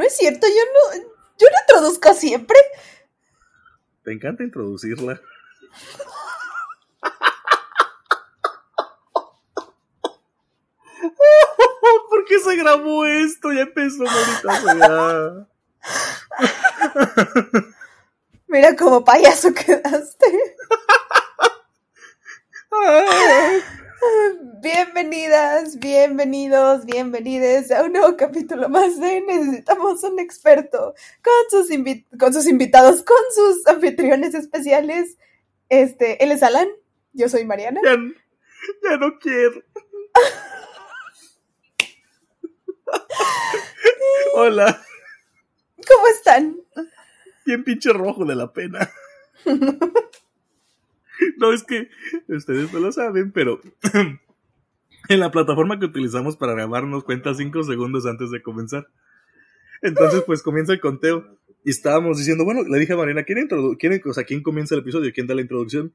No es cierto, yo no introduzco siempre. Te encanta introducirla. ¿Por qué se grabó esto? Ya empezó, maldita sea. Mira como payaso quedaste. Bienvenidas, bienvenidos, bienvenides a un nuevo capítulo más de Necesitamos un Experto, con sus invitados, con sus anfitriones especiales. Él es Alan, yo soy Mariana. Ya no quiero. Hola. ¿Cómo están? Bien pinche rojo de la pena. No, es que ustedes no lo saben, pero en la plataforma que utilizamos para grabar nos cuenta 5 segundos antes de comenzar. Entonces, pues comienza el conteo. Y estábamos diciendo, bueno, le dije a Mariana, ¿quién comienza el episodio? ¿Quién da la introducción?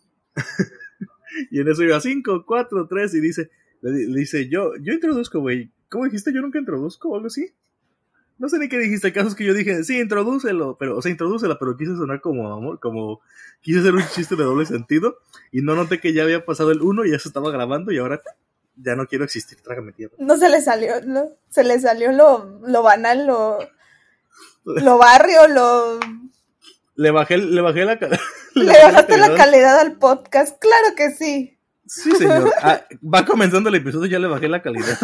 Y en eso iba 5, 4, 3 y le dice, yo introduzco, güey. ¿Cómo dijiste? Yo nunca introduzco o algo así. No sé ni qué dijiste, el caso es que yo dije, sí, introdúcela, pero quise sonar como quise hacer un chiste de doble sentido y no noté que ya había pasado el 1 y ya se estaba grabando y ahora ya no quiero existir, trágame tierra. No se le salió, ¿no? Se le salió lo banal, lo barrio, lo... Le bajé la ¿Le bajaste la calidad al podcast? Claro que sí. Sí, señor. Va comenzando el episodio y ya le bajé la calidad.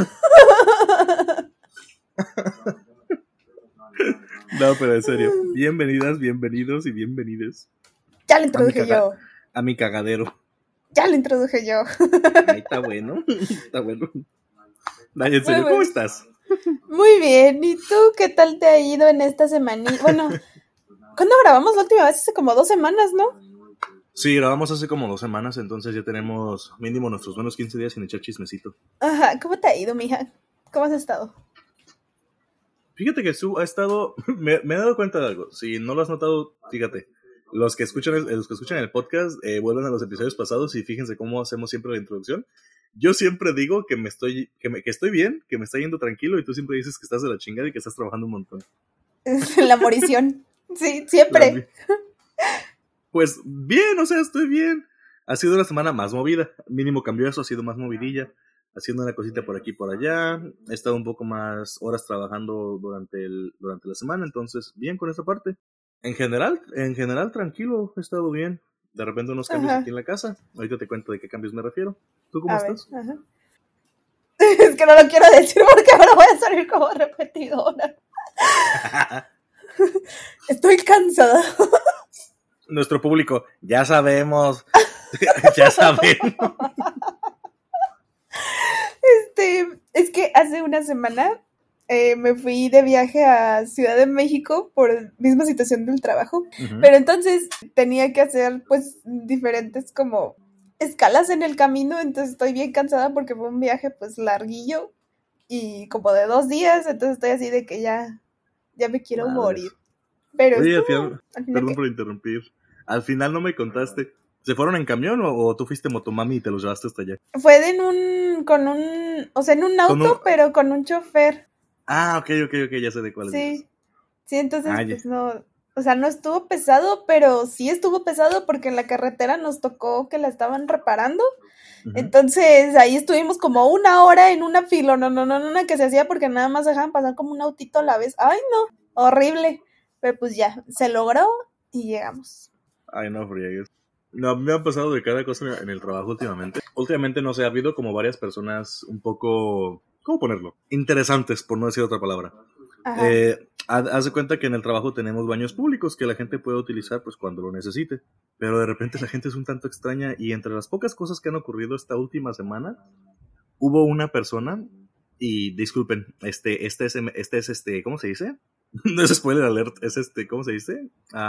No, pero en serio. Bienvenidas, bienvenidos y bienvenides. Ya lo introduje yo. A mi cagadero. Ya lo introduje yo. Ahí está bueno. Está bueno. Dale, en serio, ¿cómo estás? Muy bien. ¿Y tú qué tal te ha ido en esta semana? Bueno, ¿cuándo grabamos la última vez? Hace como 2 semanas, ¿no? Sí, grabamos hace como 2 semanas, entonces ya tenemos mínimo nuestros buenos 15 días sin echar chismecito. Ajá, ¿cómo te ha ido, mija? ¿Cómo has estado? Fíjate que Su ha estado... Me he dado cuenta de algo. Si no lo has notado, fíjate. Los que escuchan el podcast vuelven a los episodios pasados y fíjense cómo hacemos siempre la introducción. Yo siempre digo que estoy bien, que me está yendo tranquilo, y tú siempre dices que estás de la chingada y que estás trabajando un montón. La morición. Sí, siempre. Pues bien, o sea, estoy bien. Ha sido una semana más movida. Mínimo cambió eso, ha sido más movidilla. Haciendo una cosita por aquí y por allá. He estado un poco más horas trabajando durante la semana, entonces bien con esa parte. En general, tranquilo, he estado bien. De repente unos cambios aquí en la casa. Ahorita te cuento de qué cambios me refiero. ¿Tú cómo estás? Ajá. Es que no lo quiero decir porque ahora voy a salir como repetidora. Estoy cansada. Nuestro público, ya sabemos. Ya sabemos. Es que hace una semana me fui de viaje a Ciudad de México por la misma situación del trabajo, pero entonces tenía que hacer pues diferentes como escalas en el camino, entonces estoy bien cansada porque fue un viaje pues larguillo y como de 2 días, entonces estoy así de que ya me quiero morir. Pero oye, perdón por interrumpir. Al final no me contaste. ¿Se fueron en camión o tú fuiste motomami y te los llevaste hasta allá? Fue en un auto, pero con un chofer. Ah, ok, ya sé de cuál es. Sí, entonces pues no, o sea, no estuvo pesado, pero sí estuvo pesado porque en la carretera nos tocó que la estaban reparando. Entonces ahí estuvimos como 1 hora en una fila, no, que se hacía porque nada más dejaban pasar como un autito a la vez. Ay, no, horrible. Pero pues ya, se logró y llegamos. Ay, no, friegues. No, me ha pasado de cada cosa en el trabajo últimamente. Últimamente, no sé, ha habido como varias personas un poco, ¿cómo ponerlo? Interesantes, por no decir otra palabra. Haz de cuenta que en el trabajo tenemos baños públicos que la gente puede utilizar pues cuando lo necesite. Pero de repente la gente es un tanto extraña y entre las pocas cosas que han ocurrido esta última semana, hubo una persona, y disculpen, ¿cómo se dice? No es spoiler alert, es ¿cómo se dice?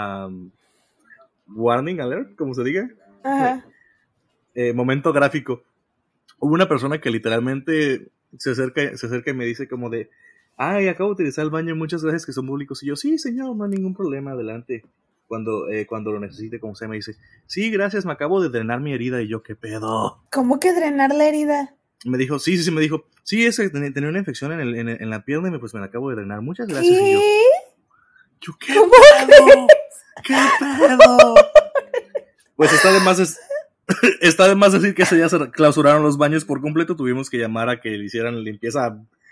Warning alert, como se diga. Momento gráfico. Hubo una persona que literalmente se acerca y me dice como de, ay, acabo de utilizar el baño, muchas gracias, que son públicos. Y yo, sí, señor, no hay ningún problema, adelante. Cuando lo necesite, como se me dice, sí, gracias, me acabo de drenar mi herida. Y yo, ¿qué pedo? ¿Cómo que drenar la herida? Me dijo, sí, me dijo, sí, tenía una infección en la pierna y pues me la acabo de drenar. Muchas gracias. ¿Qué? Y yo, ¿qué pedo? ¿Qué pedo? Pues está de más decir que ese día se clausuraron los baños por completo. Tuvimos que llamar a que le hicieran limpieza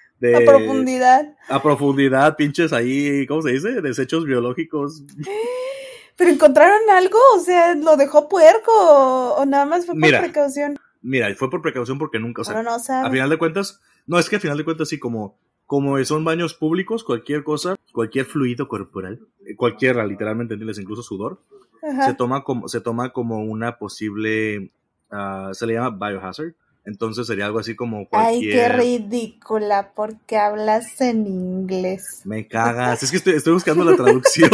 a profundidad, pinches ahí, ¿cómo se dice? Desechos biológicos. ¿Pero encontraron algo? O sea, ¿lo dejó puerco o nada más fue por precaución? Mira, fue por precaución porque nunca, o sea, no sabe. a final de cuentas, a final de cuentas sí, como son baños públicos, cualquier cosa, cualquier fluido corporal, cualquiera, literalmente, ¿entiendes? Incluso sudor, se toma como una posible, se le llama biohazard, entonces sería algo así como cualquier... Ay, qué ridícula, porque hablas en inglés. Me cagas, es que estoy buscando la traducción.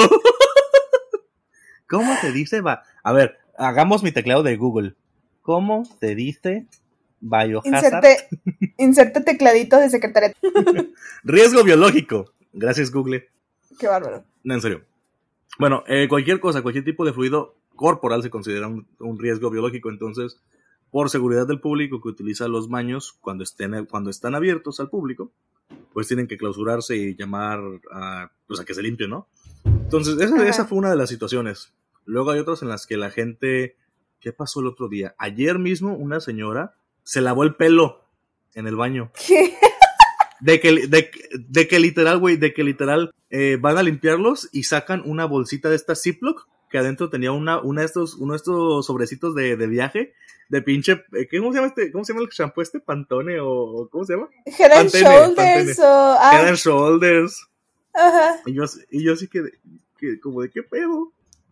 ¿Cómo se dice? A ver, hagamos mi teclado de Google. ¿Cómo se dice biohazard? Inserte tecladito de secretaria. Riesgo biológico. Gracias, Google. Qué bárbaro. No, en serio. Bueno, cualquier cosa, cualquier tipo de fluido corporal se considera un riesgo biológico. Entonces, por seguridad del público que utiliza los baños cuando están abiertos al público, pues tienen que clausurarse y llamar a que se limpie, ¿no? Entonces, esa fue una de las situaciones. Luego hay otras en las que la gente... ¿Qué pasó el otro día? Ayer mismo una señora se lavó el pelo en el baño. ¿Qué? De que literal, güey, van a limpiarlos y sacan una bolsita de esta Ziploc que adentro tenía uno de estos sobrecitos de viaje de pinche, ¿cómo se llama el shampoo este? ¿Pantone o cómo se llama? Head and Shoulders. Head and Shoulders. Ajá. Y yo así que como de qué pedo.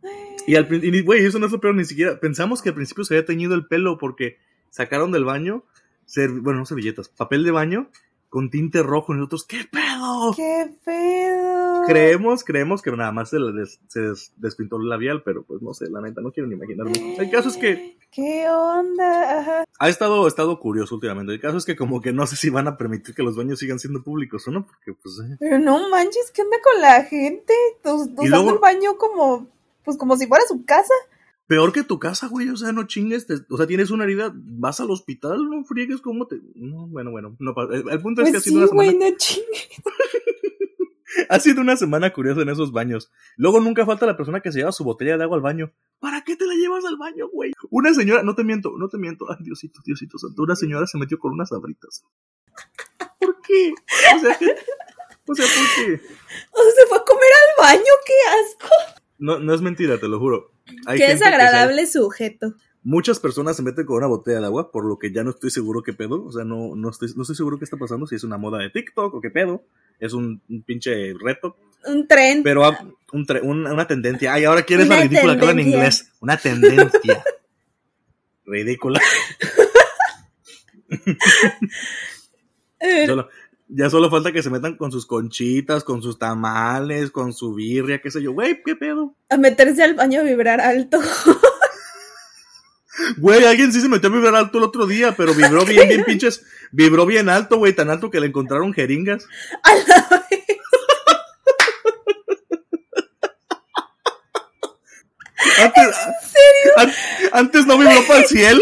Y güey, eso no es lo peor, ni siquiera pensamos que al principio se había teñido el pelo porque sacaron del baño, no servilletas, papel de baño con tinte rojo y nosotros, ¿qué pedo? ¿Qué pedo? Creemos que nada más se despintó el labial, pero pues no sé, la neta, no quiero ni imaginarme. El caso es que... ¿Qué onda? Ajá. Ha estado curioso últimamente. El caso es que como que no sé si van a permitir que los baños sigan siendo públicos o no, porque pues... Pero no manches, ¿qué onda con la gente? Usando el baño como si fuera su casa. Peor que tu casa, güey, o sea, no chingues, o sea, tienes una herida, vas al hospital, no friegues, ¿cómo te...? No, bueno, no, el punto es que ha sido una semana... Sí, güey, no chingues. Ha sido una semana curiosa en esos baños. Luego nunca falta la persona que se lleva su botella de agua al baño. ¿Para qué te la llevas al baño, güey? Una señora, no te miento, ay, Diosito santo, una señora se metió con unas sabritas. ¿Por qué? O sea, ¿por qué? O sea, se fue a comer al baño, qué asco. No es mentira, te lo juro. Qué desagradable sujeto. Muchas personas se meten con una botella de agua, por lo que ya no estoy seguro qué pedo. O sea, no estoy seguro qué está pasando, si es una moda de TikTok o qué pedo. Es un pinche reto. Un tren. Pero una tendencia. Ay, ahora quieres la ridícula que habla en inglés. Una tendencia. Ridícula. Ya solo falta que se metan con sus conchitas, con sus tamales, con su birria, qué sé yo. Güey, ¿qué pedo? A meterse al baño a vibrar alto. Güey, alguien sí se metió a vibrar alto el otro día, pero vibró bien pinches. Vibró bien alto, güey, tan alto que le encontraron jeringas. A la vez. ¿En serio? Antes no vibró para el cielo.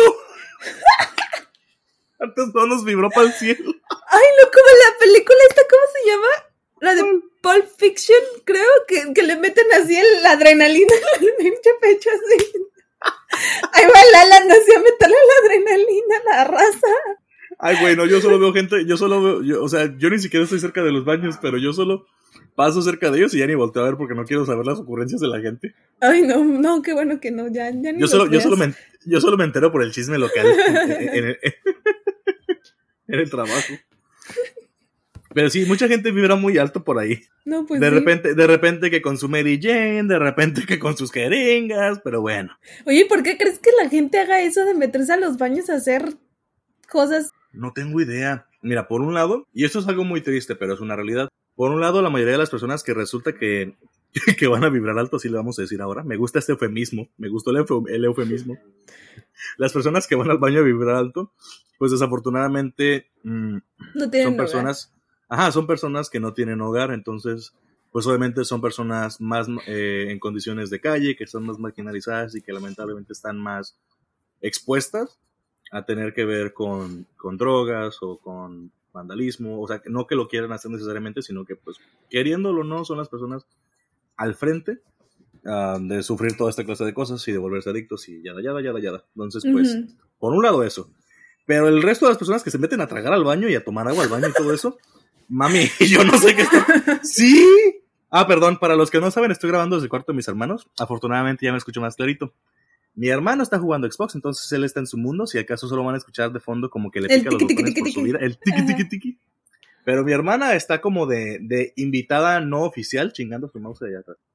Antes no nos vibró para el cielo. Ay, no, como la película esta, ¿cómo se llama? La de Pulp Fiction, creo, que le meten así la adrenalina en el pinche pecho, así. Ahí va Lala, no sé, a meterle la adrenalina a la raza. Ay, güey, no, yo solo veo gente, o sea, yo ni siquiera estoy cerca de los baños, pero yo solo paso cerca de ellos y ya ni volteo a ver porque no quiero saber las ocurrencias de la gente. Ay, no, qué bueno que no, ya ni yo solo me entero por el chisme local en el trabajo. Pero sí, mucha gente vibra muy alto por ahí. No, pues de repente que con su Mary Jane, de repente que con sus jeringas, pero bueno. Oye, ¿por qué crees que la gente haga eso de meterse a los baños a hacer cosas? No tengo idea. Mira, por un lado, y esto es algo muy triste, pero es una realidad. Por un lado, la mayoría de las personas que resulta que van a vibrar alto, así le vamos a decir ahora. Me gusta este eufemismo, me gustó el eufemismo. Las personas que van al baño a vibrar alto, pues desafortunadamente no tienen son personas... Hogar. Ajá, son personas que no tienen hogar, entonces, pues obviamente son personas más en condiciones de calle, que están más marginalizadas y que lamentablemente están más expuestas a tener que ver con drogas o con vandalismo, o sea, no que lo quieran hacer necesariamente, sino que pues queriéndolo o no son las personas al frente de sufrir toda esta clase de cosas y de volverse adictos y yada. Entonces pues, por un lado eso, pero el resto de las personas que se meten a tragar al baño y a tomar agua al baño y todo eso, mami, yo no sé qué está... ¡Sí! Perdón, para los que no saben, estoy grabando desde el cuarto de mis hermanos, afortunadamente ya me escucho más clarito. Mi hermano está jugando Xbox, entonces él está en su mundo. Si acaso solo van a escuchar de fondo como que le pica los botones por su vida. El tiki. Pero mi hermana está como de invitada no oficial chingando su mouse de allá atrás.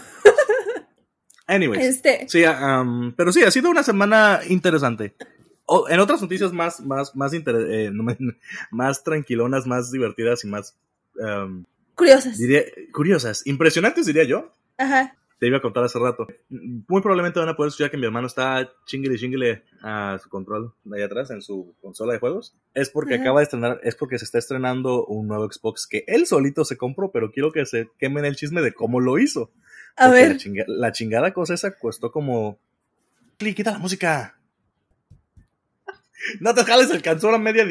Anyways. Sí, pero sí, ha sido una semana interesante. En otras noticias más tranquilonas, más divertidas y más... curiosas. Impresionantes, diría yo. Ajá. Te iba a contar hace rato. Muy probablemente van a poder escuchar que mi hermano está chinguele a su control de ahí atrás en su consola de juegos. Es porque acaba de estrenar, es porque se está estrenando un nuevo Xbox que él solito se compró, pero quiero que se quemen el chisme de cómo lo hizo. A ver. La chingada cosa esa costó como... Quita la música. No te jales el canción a media...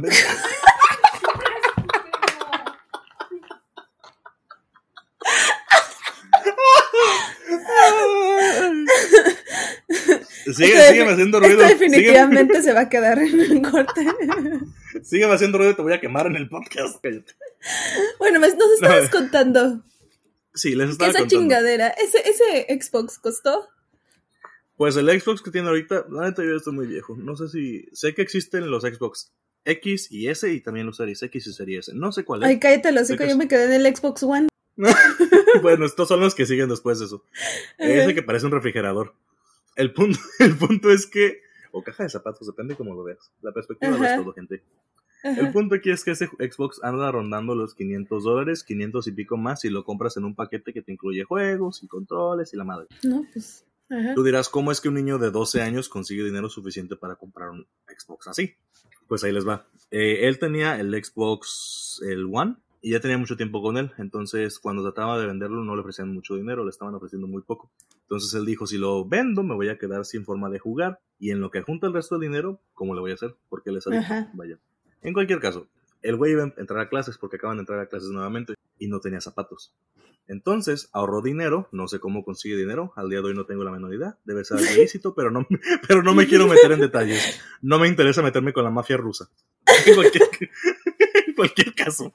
Sígueme haciendo ruido. Esto definitivamente se va a quedar en el corte. Sígueme haciendo ruido y te voy a quemar en el podcast. Cállate. Bueno, nos estabas contando. Sí, les estaba contando. Esa chingadera, ¿ese Xbox costó? Pues el Xbox que tiene ahorita, la neta yo estoy muy viejo. No sé si... Sé que existen los Xbox X y S y también los Series X y Series S. No sé cuál es. Ay, cállate los hocico, yo me quedé en el Xbox One. Bueno, estos son los que siguen después de eso. Ese que parece un refrigerador. El punto es que... O caja de zapatos, depende cómo lo veas. La perspectiva lo es todo, gente. El punto aquí es que ese Xbox anda rondando los $500, 500 y pico más si lo compras en un paquete que te incluye juegos y controles y la madre. No, pues... Ajá. Tú dirás, ¿cómo es que un niño de 12 años consigue dinero suficiente para comprar un Xbox así? Pues ahí les va. Él tenía el Xbox, el One, y ya tenía mucho tiempo con él. Entonces, cuando trataba de venderlo, no le ofrecían mucho dinero, le estaban ofreciendo muy poco. Entonces él dijo, si lo vendo, me voy a quedar sin forma de jugar. Y en lo que junta el resto del dinero, ¿cómo le voy a hacer? Porque le salió. Vaya. En cualquier caso, el güey iba a entrar a clases porque acaban de entrar a clases nuevamente y no tenía zapatos. Entonces ahorró dinero, no sé cómo consigue dinero, al día de hoy no tengo la menor idea, debe ser algo ilícito, pero no me quiero meter en detalles. No me interesa meterme con la mafia rusa. En cualquier caso,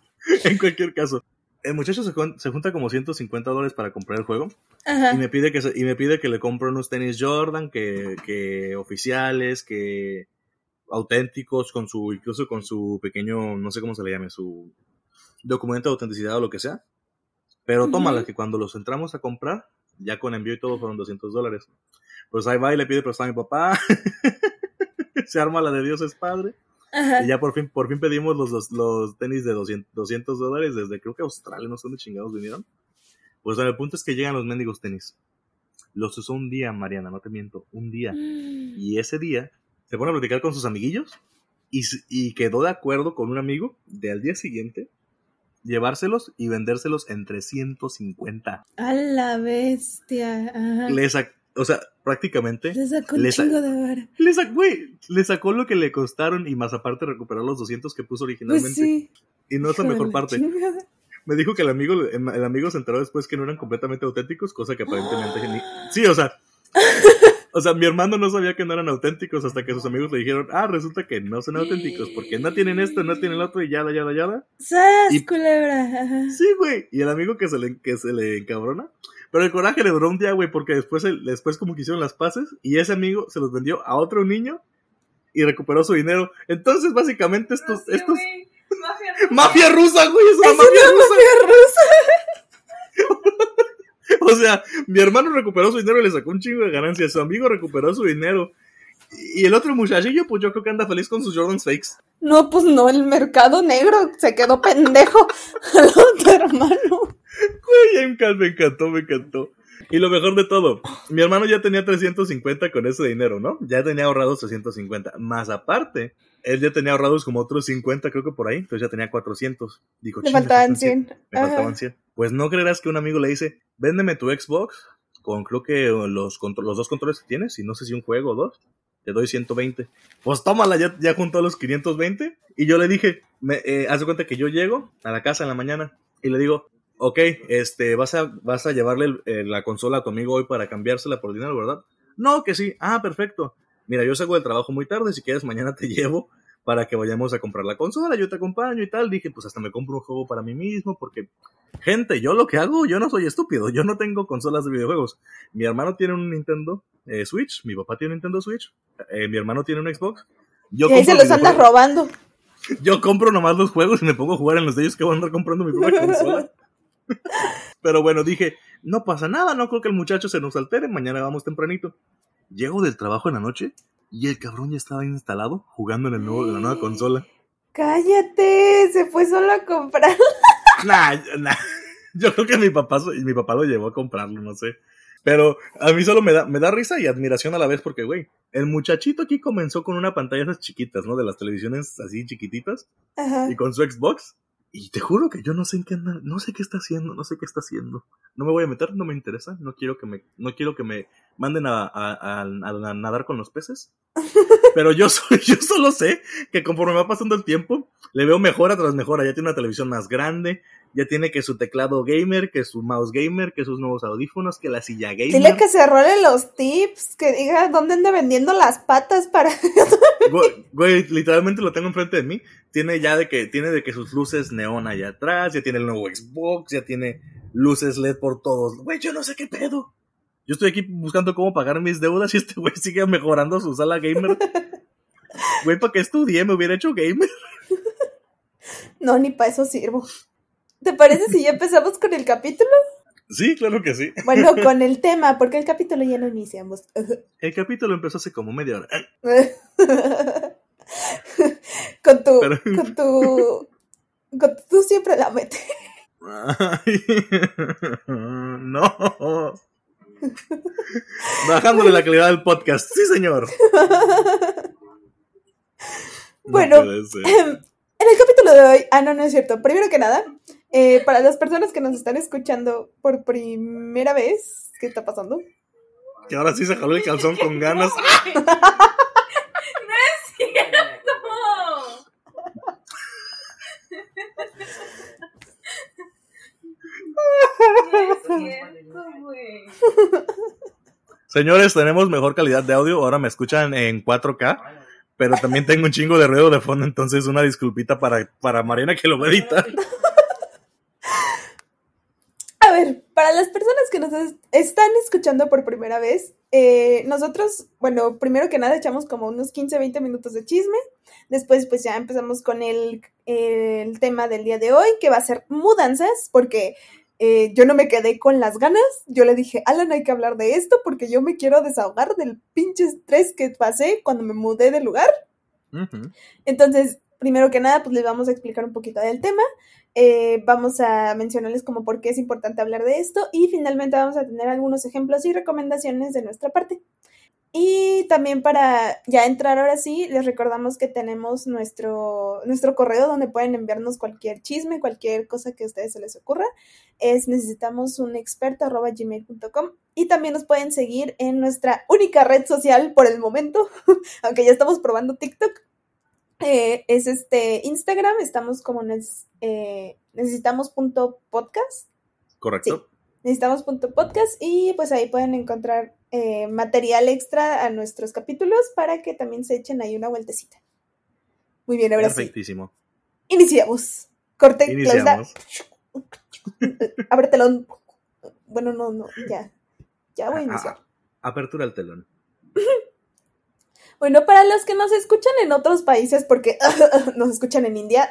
el muchacho se junta como $150 para comprar el juego. Ajá. y me pide que le compre unos tenis Jordan, que oficiales, que auténticos, incluso con su pequeño, no sé cómo se le llame, su documento de autenticidad o lo que sea. Pero tómala, que cuando los entramos a comprar, ya con envío y todo fueron $200. Pues ahí va y le pide prestado a mi papá. Se arma la de Dios es padre. Ajá. Y ya por fin pedimos los tenis de $200 desde creo que Australia, no sé dónde chingados vinieron. Pues el punto es que llegan los mendigos tenis. Los usó un día, Mariana, no te miento, un día. Y ese día se pone a platicar con sus amiguillos y quedó de acuerdo con un amigo de al día siguiente llevárselos y vendérselos en 350. A la bestia. Ajá. O sea, prácticamente le sacó un chingo de vara. Le sacó lo que le costaron y más aparte recuperar los 200 que puso originalmente. Pues sí. Y no es la mejor parte. Chingada. Me dijo que el amigo se enteró después que no eran completamente auténticos, cosa que aparentemente sí, o sea, mi hermano no sabía que no eran auténticos hasta que sus amigos le dijeron, resulta que no son auténticos porque no tienen esto, no tienen el otro y yada. ¡Sas, culebra! Ajá. Sí, güey. Y el amigo que se le encabrona. Pero el coraje le duró un día, güey, porque después como que hicieron las paces y ese amigo se los vendió a otro niño y recuperó su dinero. Entonces, básicamente estos Mafia rusa, güey, es una mafia rusa. O sea, mi hermano recuperó su dinero y le sacó un chingo de ganancias. Su amigo recuperó su dinero. Y el otro muchachillo, pues yo creo que anda feliz con sus Jordans fakes. No, pues no, el mercado negro se quedó pendejo al otro hermano. Güey, me encantó. Y lo mejor de todo, mi hermano ya tenía 350 con ese dinero, ¿no? Ya tenía ahorrados 350. Más aparte, él ya tenía ahorrados como otros 50, creo que por ahí. Entonces ya tenía 400. Dijo, le faltaban 100. Me faltaban 100. Pues no creerás que un amigo le dice, véndeme tu Xbox con creo que los dos controles que tienes y no sé si un juego o dos. te doy 120. Pues tómala, ya juntó los 520. Y yo le dije, haz de cuenta que yo llego a la casa en la mañana y le digo, ok, vas a llevarle la consola a tu amigo hoy para cambiársela por dinero, ¿verdad? No, que sí. Ah, perfecto. Mira, yo salgo del trabajo muy tarde, si quieres mañana te llevo para que vayamos a comprar la consola, yo te acompaño y tal. Dije, pues hasta me compro un juego para mí mismo, porque, gente, yo lo que hago, yo no soy estúpido, yo no tengo consolas de videojuegos. Mi hermano tiene un Nintendo Switch, mi papá tiene un Nintendo Switch, mi hermano tiene un Xbox. Y ahí se los andas robando. Yo compro nomás los juegos y me pongo a jugar en los de ellos que voy a andar comprando mi propia consola. Pero bueno, dije, no pasa nada, no creo que el muchacho se nos altere, mañana vamos tempranito. Llego del trabajo en la noche y el cabrón ya estaba instalado jugando en la nueva consola. ¡Cállate! Se fue solo a comprar. Nah. Yo creo que mi papá lo llevó a comprarlo, no sé. Pero a mí solo me da risa y admiración a la vez porque, güey, el muchachito aquí comenzó con una pantalla esas chiquitas, ¿no? De las televisiones así chiquititas. Ajá. Y con su Xbox. Y te juro que yo no sé en qué anda, no sé qué está haciendo. No me voy a meter, no me interesa. No quiero que me manden a nadar con los peces. Pero yo solo sé que conforme va pasando el tiempo, le veo mejora tras mejora. Ya tiene una televisión más grande, ya tiene que su teclado gamer, que su mouse gamer, que sus nuevos audífonos, que la silla gamer. Dile que se role los tips, que diga dónde anda vendiendo las patas para... Güey, literalmente lo tengo enfrente de mí. Tiene de que sus luces neón allá atrás, ya tiene el nuevo Xbox, ya tiene luces LED por todos. Güey, yo no sé qué pedo. Yo estoy aquí buscando cómo pagar mis deudas y este güey sigue mejorando su sala gamer. Güey, ¿para qué estudié? Me hubiera hecho gamer. No, ni para eso sirvo. ¿Te parece si ya empezamos con el capítulo? Sí, claro que sí. Bueno, con el tema, porque el capítulo ya no iniciamos. El capítulo empezó hace como media hora. Tú siempre la metes. No. Bajándole la calidad del podcast. Sí, señor. Bueno, en el capítulo de hoy... no es cierto. Primero que nada, para las personas que nos están escuchando por primera vez, ¿qué está pasando? Que ahora sí se jaló el calzón con ganas. ¡No es cierto! Señores, tenemos mejor calidad de audio. Ahora me escuchan en 4K, pero también tengo un chingo de ruido de fondo, entonces una disculpita para Mariana que lo va a editar. A ver, para las personas que nos están escuchando por primera vez, nosotros, bueno, primero que nada echamos como unos 15-20 minutos de chisme. Después pues ya empezamos con el tema del día de hoy, que va a ser mudanzas, porque yo no me quedé con las ganas. Yo le dije, Alan, hay que hablar de esto porque yo me quiero desahogar del pinche estrés que pasé cuando me mudé de lugar. Uh-huh. Entonces, primero que nada, pues les vamos a explicar un poquito del tema. Vamos a mencionarles como por qué es importante hablar de esto y finalmente vamos a tener algunos ejemplos y recomendaciones de nuestra parte. Y también para ya entrar ahora sí, les recordamos que tenemos nuestro correo donde pueden enviarnos cualquier chisme, cualquier cosa que a ustedes se les ocurra. Es necesitamosunexperto@gmail.com y también nos pueden seguir en nuestra única red social por el momento, aunque ya estamos probando TikTok. Es Instagram, estamos como necesitamos.podcast. Correcto. Sí, necesitamos.podcast y pues ahí pueden encontrar material extra a nuestros capítulos para que también se echen ahí una vueltecita. Muy bien, ahora perfectísimo. Sí. Iniciamos. Corte, clausura. Abre telón. Bueno, no, ya voy a iniciar. Apertura el telón. Bueno, para los que nos escuchan en otros países, porque nos escuchan en India,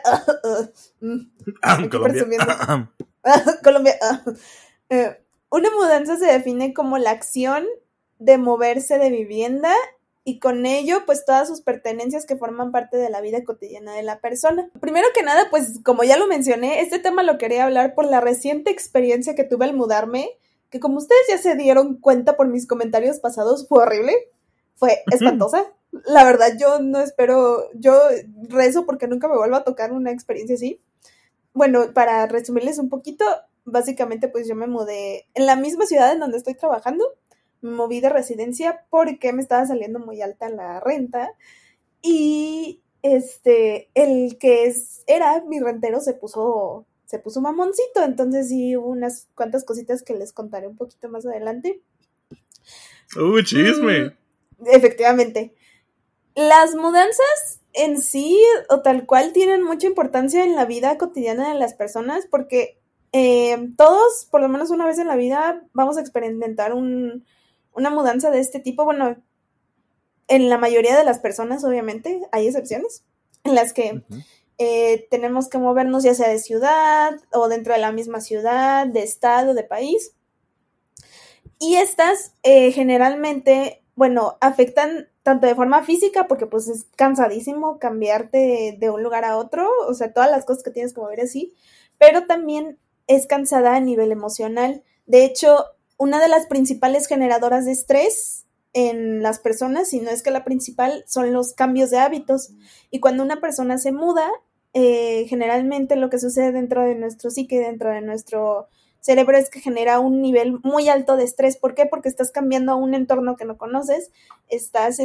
Colombia. Colombia. Una mudanza se define como la acción de moverse de vivienda y con ello, pues todas sus pertenencias que forman parte de la vida cotidiana de la persona. Primero que nada, pues como ya lo mencioné, este tema lo quería hablar por la reciente experiencia que tuve al mudarme, que como ustedes ya se dieron cuenta por mis comentarios pasados, fue horrible. Fue espantosa. La verdad, yo rezo porque nunca me vuelva a tocar una experiencia así. Bueno, para resumirles un poquito, básicamente pues yo me mudé en la misma ciudad en donde estoy trabajando, me moví de residencia porque me estaba saliendo muy alta la renta y el que era mi rentero se puso mamoncito, entonces sí hubo unas cuantas cositas que les contaré un poquito más adelante. Chisme. Efectivamente. Las mudanzas en sí o tal cual tienen mucha importancia en la vida cotidiana de las personas porque todos, por lo menos una vez en la vida, vamos a experimentar una mudanza de este tipo. Bueno, en la mayoría de las personas, obviamente, hay excepciones en las que tenemos que movernos ya sea de ciudad o dentro de la misma ciudad, de estado, de país. Y estas generalmente, bueno, afectan tanto de forma física, porque pues es cansadísimo cambiarte de un lugar a otro, o sea, todas las cosas que tienes que mover así, pero también es cansada a nivel emocional. De hecho, una de las principales generadoras de estrés en las personas, si no es que la principal, son los cambios de hábitos. Y cuando una persona se muda, generalmente lo que sucede dentro de nuestro psique, dentro de nuestro cerebro, es que genera un nivel muy alto de estrés. ¿Por qué? Porque estás cambiando a un entorno que no conoces, estás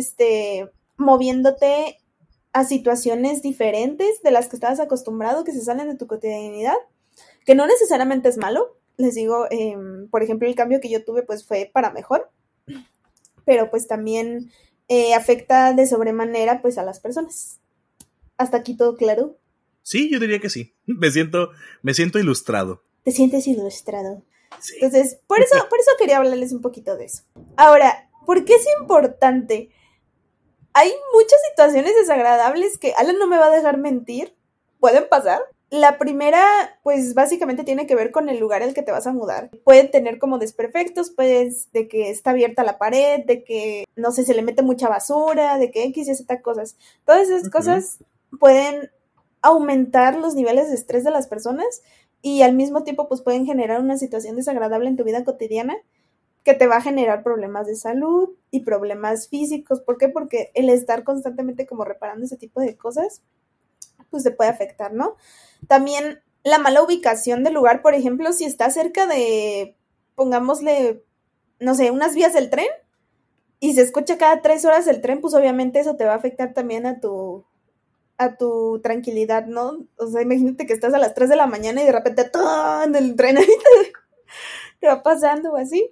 moviéndote a situaciones diferentes de las que estabas acostumbrado, que se salen de tu cotidianidad, que no necesariamente es malo. Les digo, por ejemplo, el cambio que yo tuve pues fue para mejor, pero pues también afecta de sobremanera pues a las personas. ¿Hasta aquí todo claro? Sí, yo diría que sí. Me siento ilustrado. ¿Te sientes ilustrado? Sí. Entonces, por eso quería hablarles un poquito de eso. Ahora, ¿por qué es importante? Hay muchas situaciones desagradables que Alan no me va a dejar mentir. Pueden pasar. La primera, pues básicamente tiene que ver con el lugar al que te vas a mudar. Pueden tener como desperfectos, pues de que está abierta la pared, de que, no sé, se le mete mucha basura, de que X y Z cosas. Todas esas cosas pueden aumentar los niveles de estrés de las personas y al mismo tiempo pues pueden generar una situación desagradable en tu vida cotidiana que te va a generar problemas de salud y problemas físicos. ¿Por qué? Porque el estar constantemente como reparando ese tipo de cosas pues te puede afectar, ¿no? También la mala ubicación del lugar, por ejemplo, si está cerca de, pongámosle, no sé, unas vías del tren y se escucha cada 3 horas el tren, pues obviamente eso te va a afectar también a tu tranquilidad, ¿no? O sea, imagínate que estás a las 3 de la mañana y de repente ¡todo! En el tren ahí te va pasando o así.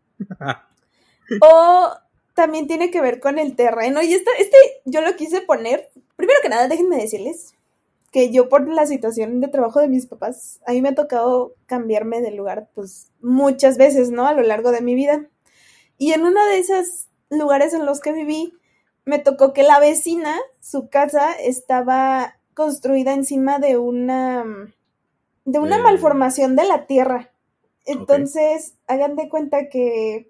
O también tiene que ver con el terreno. Y yo lo quise poner. Primero que nada, déjenme decirles que yo por la situación de trabajo de mis papás, a mí me ha tocado cambiarme de lugar pues muchas veces, ¿no? A lo largo de mi vida. Y en uno de esos lugares en los que viví, me tocó que la vecina, su casa estaba construida encima de una malformación de la tierra. Entonces, hagan de cuenta que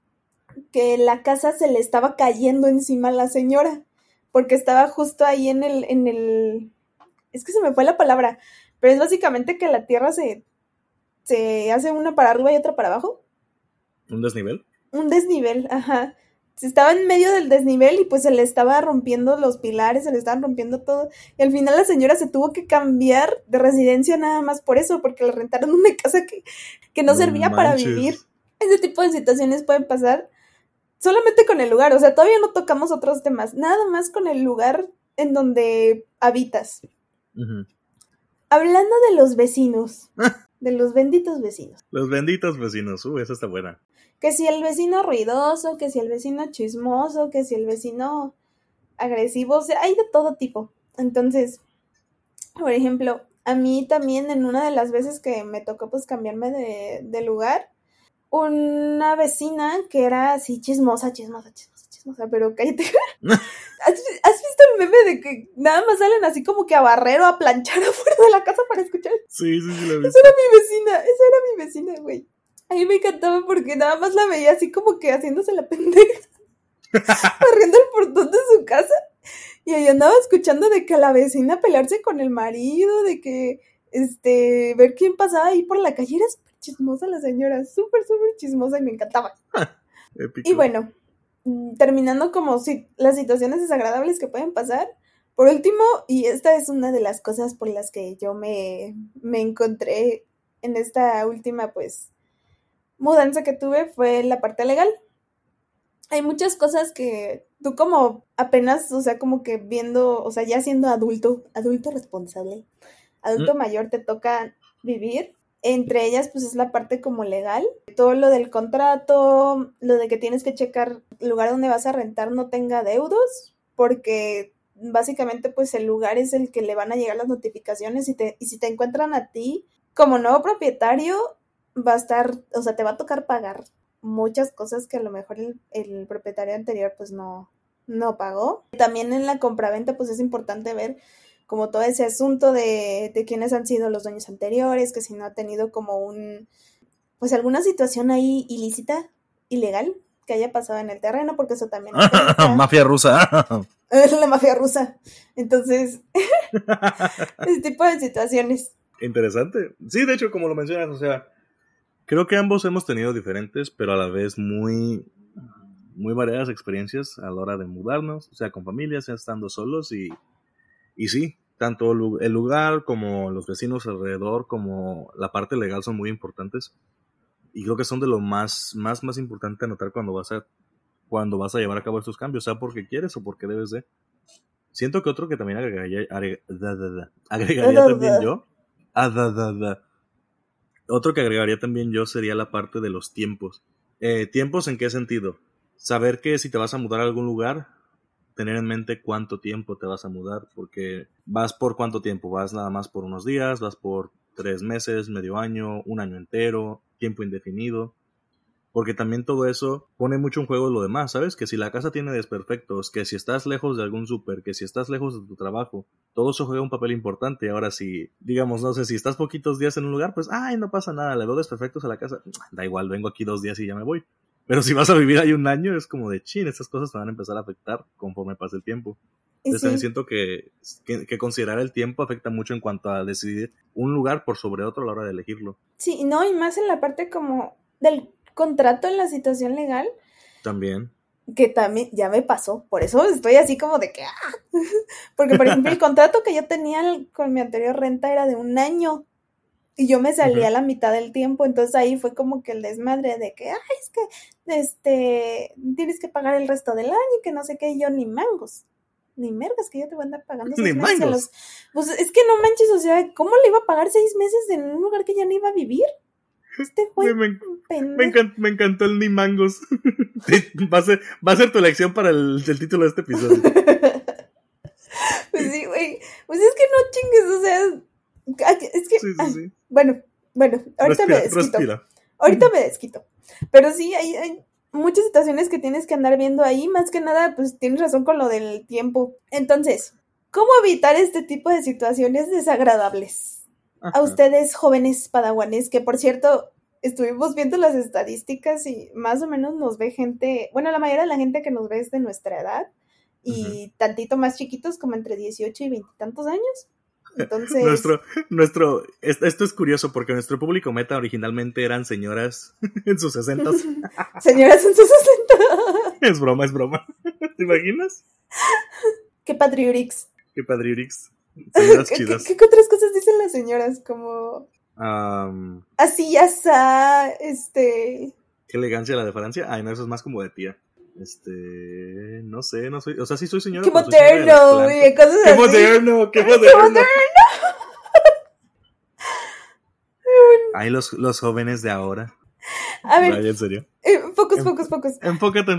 la casa se le estaba cayendo encima a la señora, porque estaba justo ahí en el es que se me fue la palabra, pero es básicamente que la tierra se hace una para arriba y otra para abajo. ¿Un desnivel? Un desnivel, ajá. Se estaba en medio del desnivel y pues se le estaba rompiendo los pilares, se le estaban rompiendo todo. Y al final la señora se tuvo que cambiar de residencia nada más por eso, porque le rentaron una casa que no servía para vivir. Ese tipo de situaciones pueden pasar solamente con el lugar. O sea, todavía no tocamos otros temas. Nada más con el lugar en donde habitas. Hablando de los vecinos. De los benditos vecinos. Los benditos vecinos. Esa está buena. Que si el vecino ruidoso, que si el vecino chismoso, que si el vecino agresivo, o sea, hay de todo tipo. Entonces, por ejemplo, a mí también en una de las veces que me tocó pues cambiarme de lugar, una vecina que era así chismosa, pero cállate. ¿Has visto el meme de que nada más salen así como que a barrer o a planchar afuera de la casa para escuchar? Sí, lo vi. Esa era mi vecina, güey. A mí me encantaba porque nada más la veía así como que haciéndose la pendeja, barriendo el portón de su casa. Y ahí andaba escuchando de que a la vecina pelearse con el marido, de que, ver quién pasaba ahí por la calle. Era súper chismosa la señora, súper chismosa y me encantaba. Épico. Y bueno, terminando como las situaciones desagradables que pueden pasar. Por último, y esta es una de las cosas por las que yo me encontré en esta última, pues, mudanza que tuve, fue la parte legal. hay muchas cosas que tú como apenas, o sea, como que viendo, o sea, ya siendo adulto responsable, adulto mayor, te toca vivir. Entre ellas, pues es la parte como legal. Todo lo del contrato, lo de que tienes que checar el lugar donde vas a rentar no tenga deudos, porque básicamente pues el lugar es el que le van a llegar las notificaciones y si te encuentran a ti como nuevo propietario, va a estar, o sea, te va a tocar pagar muchas cosas que a lo mejor el propietario anterior pues no pagó. También en la compraventa pues es importante ver como todo ese asunto de quiénes han sido los dueños anteriores, que si no ha tenido como pues alguna situación ahí ilícita, ilegal, que haya pasado en el terreno, porque eso también afecta. Mafia rusa. Es la mafia rusa. Entonces, ese tipo de situaciones. Interesante. Sí, de hecho, como lo mencionas, o sea, creo que ambos hemos tenido diferentes, pero a la vez muy variadas experiencias a la hora de mudarnos, o sea, con familias, estando solos y sí, tanto el lugar como los vecinos alrededor, como la parte legal son muy importantes. Y creo que son de lo más importante a notar cuando vas a llevar a cabo estos cambios, sea porque quieres o porque debes de. Siento que otro que también agregaría también yo. Otro que agregaría también yo sería la parte de los tiempos. ¿Tiempos en qué sentido? Saber que si te vas a mudar a algún lugar, tener en mente cuánto tiempo te vas a mudar, porque vas por cuánto tiempo, vas nada más por unos días, vas por 3 meses, medio año, un año entero, tiempo indefinido, porque también todo eso pone mucho en juego lo demás, ¿sabes? Que si la casa tiene desperfectos, que si estás lejos de algún súper, que si estás lejos de tu trabajo, todo eso juega un papel importante. Ahora si, digamos, no sé, si estás poquitos días en un lugar, pues, ay, no pasa nada, le veo desperfectos a la casa, da igual, vengo aquí 2 días y ya me voy. Pero si vas a vivir ahí un año, es como de chin, estas cosas te van a empezar a afectar conforme pase el tiempo. Entonces también siento que considerar el tiempo afecta mucho en cuanto a decidir un lugar por sobre otro a la hora de elegirlo. Sí, no, y más en la parte como del contrato en la situación legal. También. Que también ya me pasó, por eso estoy así como de que porque por ejemplo el contrato que yo tenía con mi anterior renta era de 1 año y yo me salí a la mitad del tiempo, entonces ahí fue como que el desmadre de que es que tienes que pagar el resto del año y que no sé qué, y yo ni mangos, ni mergas que yo te voy a andar pagando 6 meses en los... Pues es que no manches, o sea, ¿cómo le iba a pagar 6 meses en un lugar que ya no iba a vivir? Este güey me encantó el ni mangos. Va a ser tu elección para el título de este episodio. Pues sí, güey. Pues es que no chingues, o sea, es que sí. Bueno, ahorita me desquito. Ahorita me desquito. Pero sí, hay muchas situaciones que tienes que andar viendo ahí, más que nada, pues tienes razón con lo del tiempo. Entonces, ¿cómo evitar este tipo de situaciones desagradables? A ustedes, jóvenes padawanes, que por cierto, estuvimos viendo las estadísticas y más o menos nos ve gente, bueno, la mayoría de la gente que nos ve es de nuestra edad y tantito más chiquitos, como entre 18 y 20 y tantos años. Entonces... Esto es curioso porque nuestro público meta originalmente eran señoras en sus 60. Señoras en sus 60. Es broma. ¿Te imaginas? Qué padriurix. Señoras chidas. ¿Qué otras cosas dicen las señoras? Como... así ya está, Qué elegancia la de Francia. Ay, no, eso es más como de tía. No sé, no soy... O sea, sí soy señora. Qué moderno, güey, cosas así. Qué moderno. Ay, los jóvenes de ahora. A ver. Vaya, en serio. Focus. Enfócate.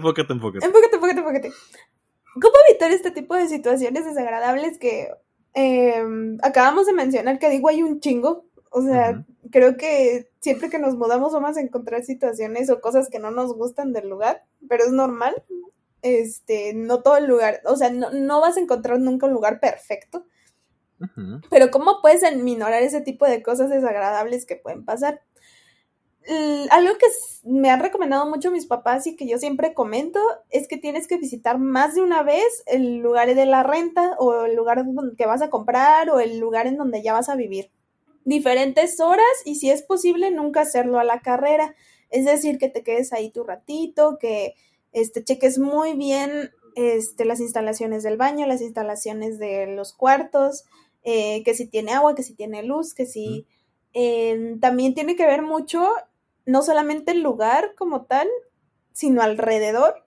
¿Cómo evitar este tipo de situaciones desagradables que acabamos de mencionar? Que digo, hay un chingo. O sea, creo que siempre que nos mudamos vamos a encontrar situaciones o cosas que no nos gustan del lugar, pero es normal. No todo el lugar, o sea, no vas a encontrar nunca un lugar perfecto. Pero ¿cómo puedes minorar ese tipo de cosas desagradables que pueden pasar? Algo que me han recomendado mucho mis papás y que yo siempre comento es que tienes que visitar más de una vez el lugar de la renta o el lugar que vas a comprar o el lugar en donde ya vas a vivir. Diferentes horas y si es posible nunca hacerlo a la carrera. Es decir, que te quedes ahí tu ratito, que cheques muy bien las instalaciones del baño, las instalaciones de los cuartos, que si tiene agua, que si tiene luz, que si... también tiene que ver mucho, no solamente el lugar como tal, sino alrededor,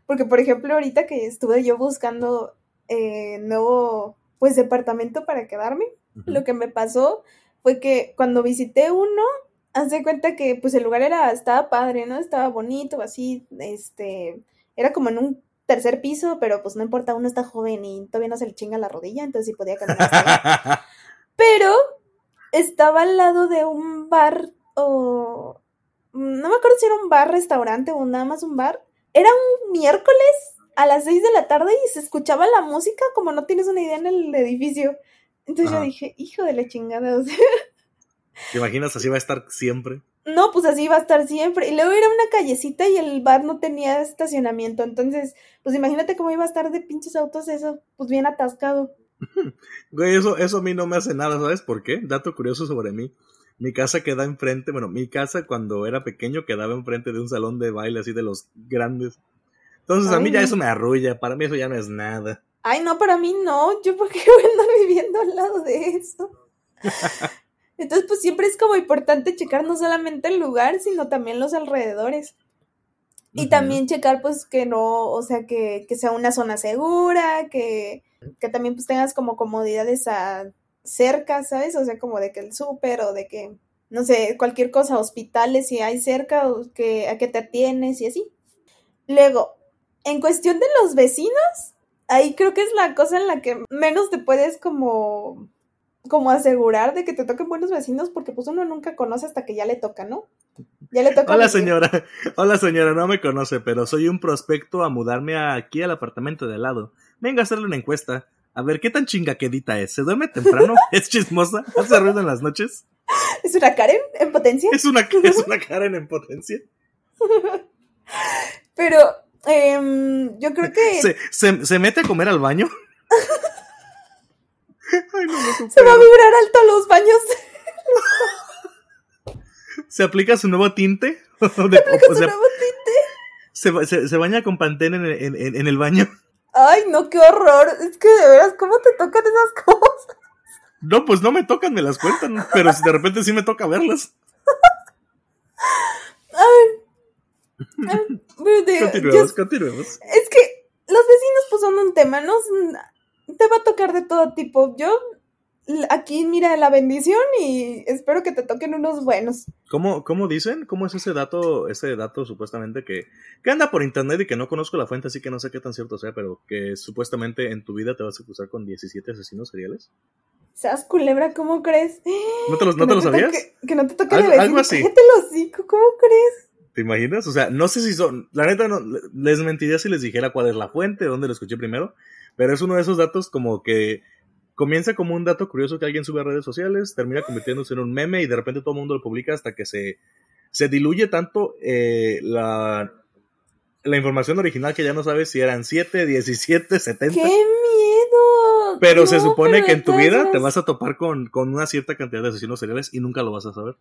Porque, por ejemplo, ahorita que estuve yo buscando nuevo, pues, departamento para quedarme, lo que me pasó fue que cuando visité uno, haz de cuenta que, pues, el lugar estaba padre, ¿no? Estaba bonito, así, era como en un tercer piso, pero pues no importa, uno está joven y todavía no se le chinga la rodilla, entonces sí podía caminar hasta ahí. Pero estaba al lado de un bar, o no me acuerdo si era un bar, restaurante o nada más un bar. Era un miércoles a las 6 de la tarde y se escuchaba la música como no tienes una idea en el edificio. Entonces yo dije, hijo de la chingada, o sea. ¿Te imaginas así va a estar siempre? No, pues así va a estar siempre. Y luego era una callecita y el bar no tenía estacionamiento. Entonces, pues imagínate cómo iba a estar de pinches autos eso, pues bien atascado. Güey, eso a mí no me hace nada, ¿sabes por qué? Dato curioso sobre mí. Mi casa queda enfrente, bueno, mi casa cuando era pequeño quedaba enfrente de un salón de baile así de los grandes. Entonces a mí ya eso me arrulla, para mí eso ya no es nada. Ay, no, para mí no, yo por qué voy a andar viviendo al lado de eso. Entonces, pues siempre es como importante checar no solamente el lugar, sino también los alrededores. Y también checar, pues, que no, o sea, que sea una zona segura, que también, pues, tengas como comodidades cerca, ¿sabes? O sea, como de que el súper o de que, no sé, cualquier cosa, hospitales si hay cerca o a qué te atienes y así. Luego, en cuestión de los vecinos, ahí creo que es la cosa en la que menos te puedes como asegurar de que te toquen buenos vecinos, porque pues uno nunca conoce hasta que ya le toca, ¿no? Ya le toca. Hola señora, no me conoce, pero soy un prospecto a mudarme aquí al apartamento de al lado. Venga a hacerle una encuesta. A ver, ¿qué tan chingaquedita es? ¿Se duerme temprano? ¿Es chismosa? ¿Hace ruido en las noches? ¿Es una Karen en potencia? ¿Es una Karen en potencia? Pero yo creo que... ¿Se mete a comer al baño? Ay, no se va a vibrar alto los baños. ¿Se aplica su nuevo tinte? ¿Se baña con Pantene en el baño? Ay, no, qué horror. Es que de veras, ¿cómo te tocan esas cosas? No, pues no me tocan, me las cuentan. Pero de repente sí me toca verlas. Continuemos. Es que los vecinos pues son un tema, ¿no? Te va a tocar de todo tipo. Yo aquí mira la bendición y espero que te toquen unos buenos. ¿Cómo dicen? ¿Cómo es ese dato supuestamente que anda por internet y que no conozco la fuente, así que no sé qué tan cierto sea, pero que supuestamente en tu vida te vas a cruzar con 17 asesinos seriales? ¿Seas culebra? ¿Cómo crees? ¿No te lo sabías? Que no te toque de vecino. Algo así. Cállate el hocico, ¿cómo crees? ¿Te imaginas? O sea, no sé si son... La neta, no, les mentiría si les dijera cuál es la fuente, dónde lo escuché primero, pero es uno de esos datos como que comienza como un dato curioso que alguien sube a redes sociales, termina convirtiéndose en un meme y de repente todo el mundo lo publica hasta que se diluye tanto la información original que ya no sabes si eran 7, 17, 70. ¡Qué miedo! Pero no, se supone que en tu vida te vas a topar con una cierta cantidad de asesinos seriales y nunca lo vas a saber.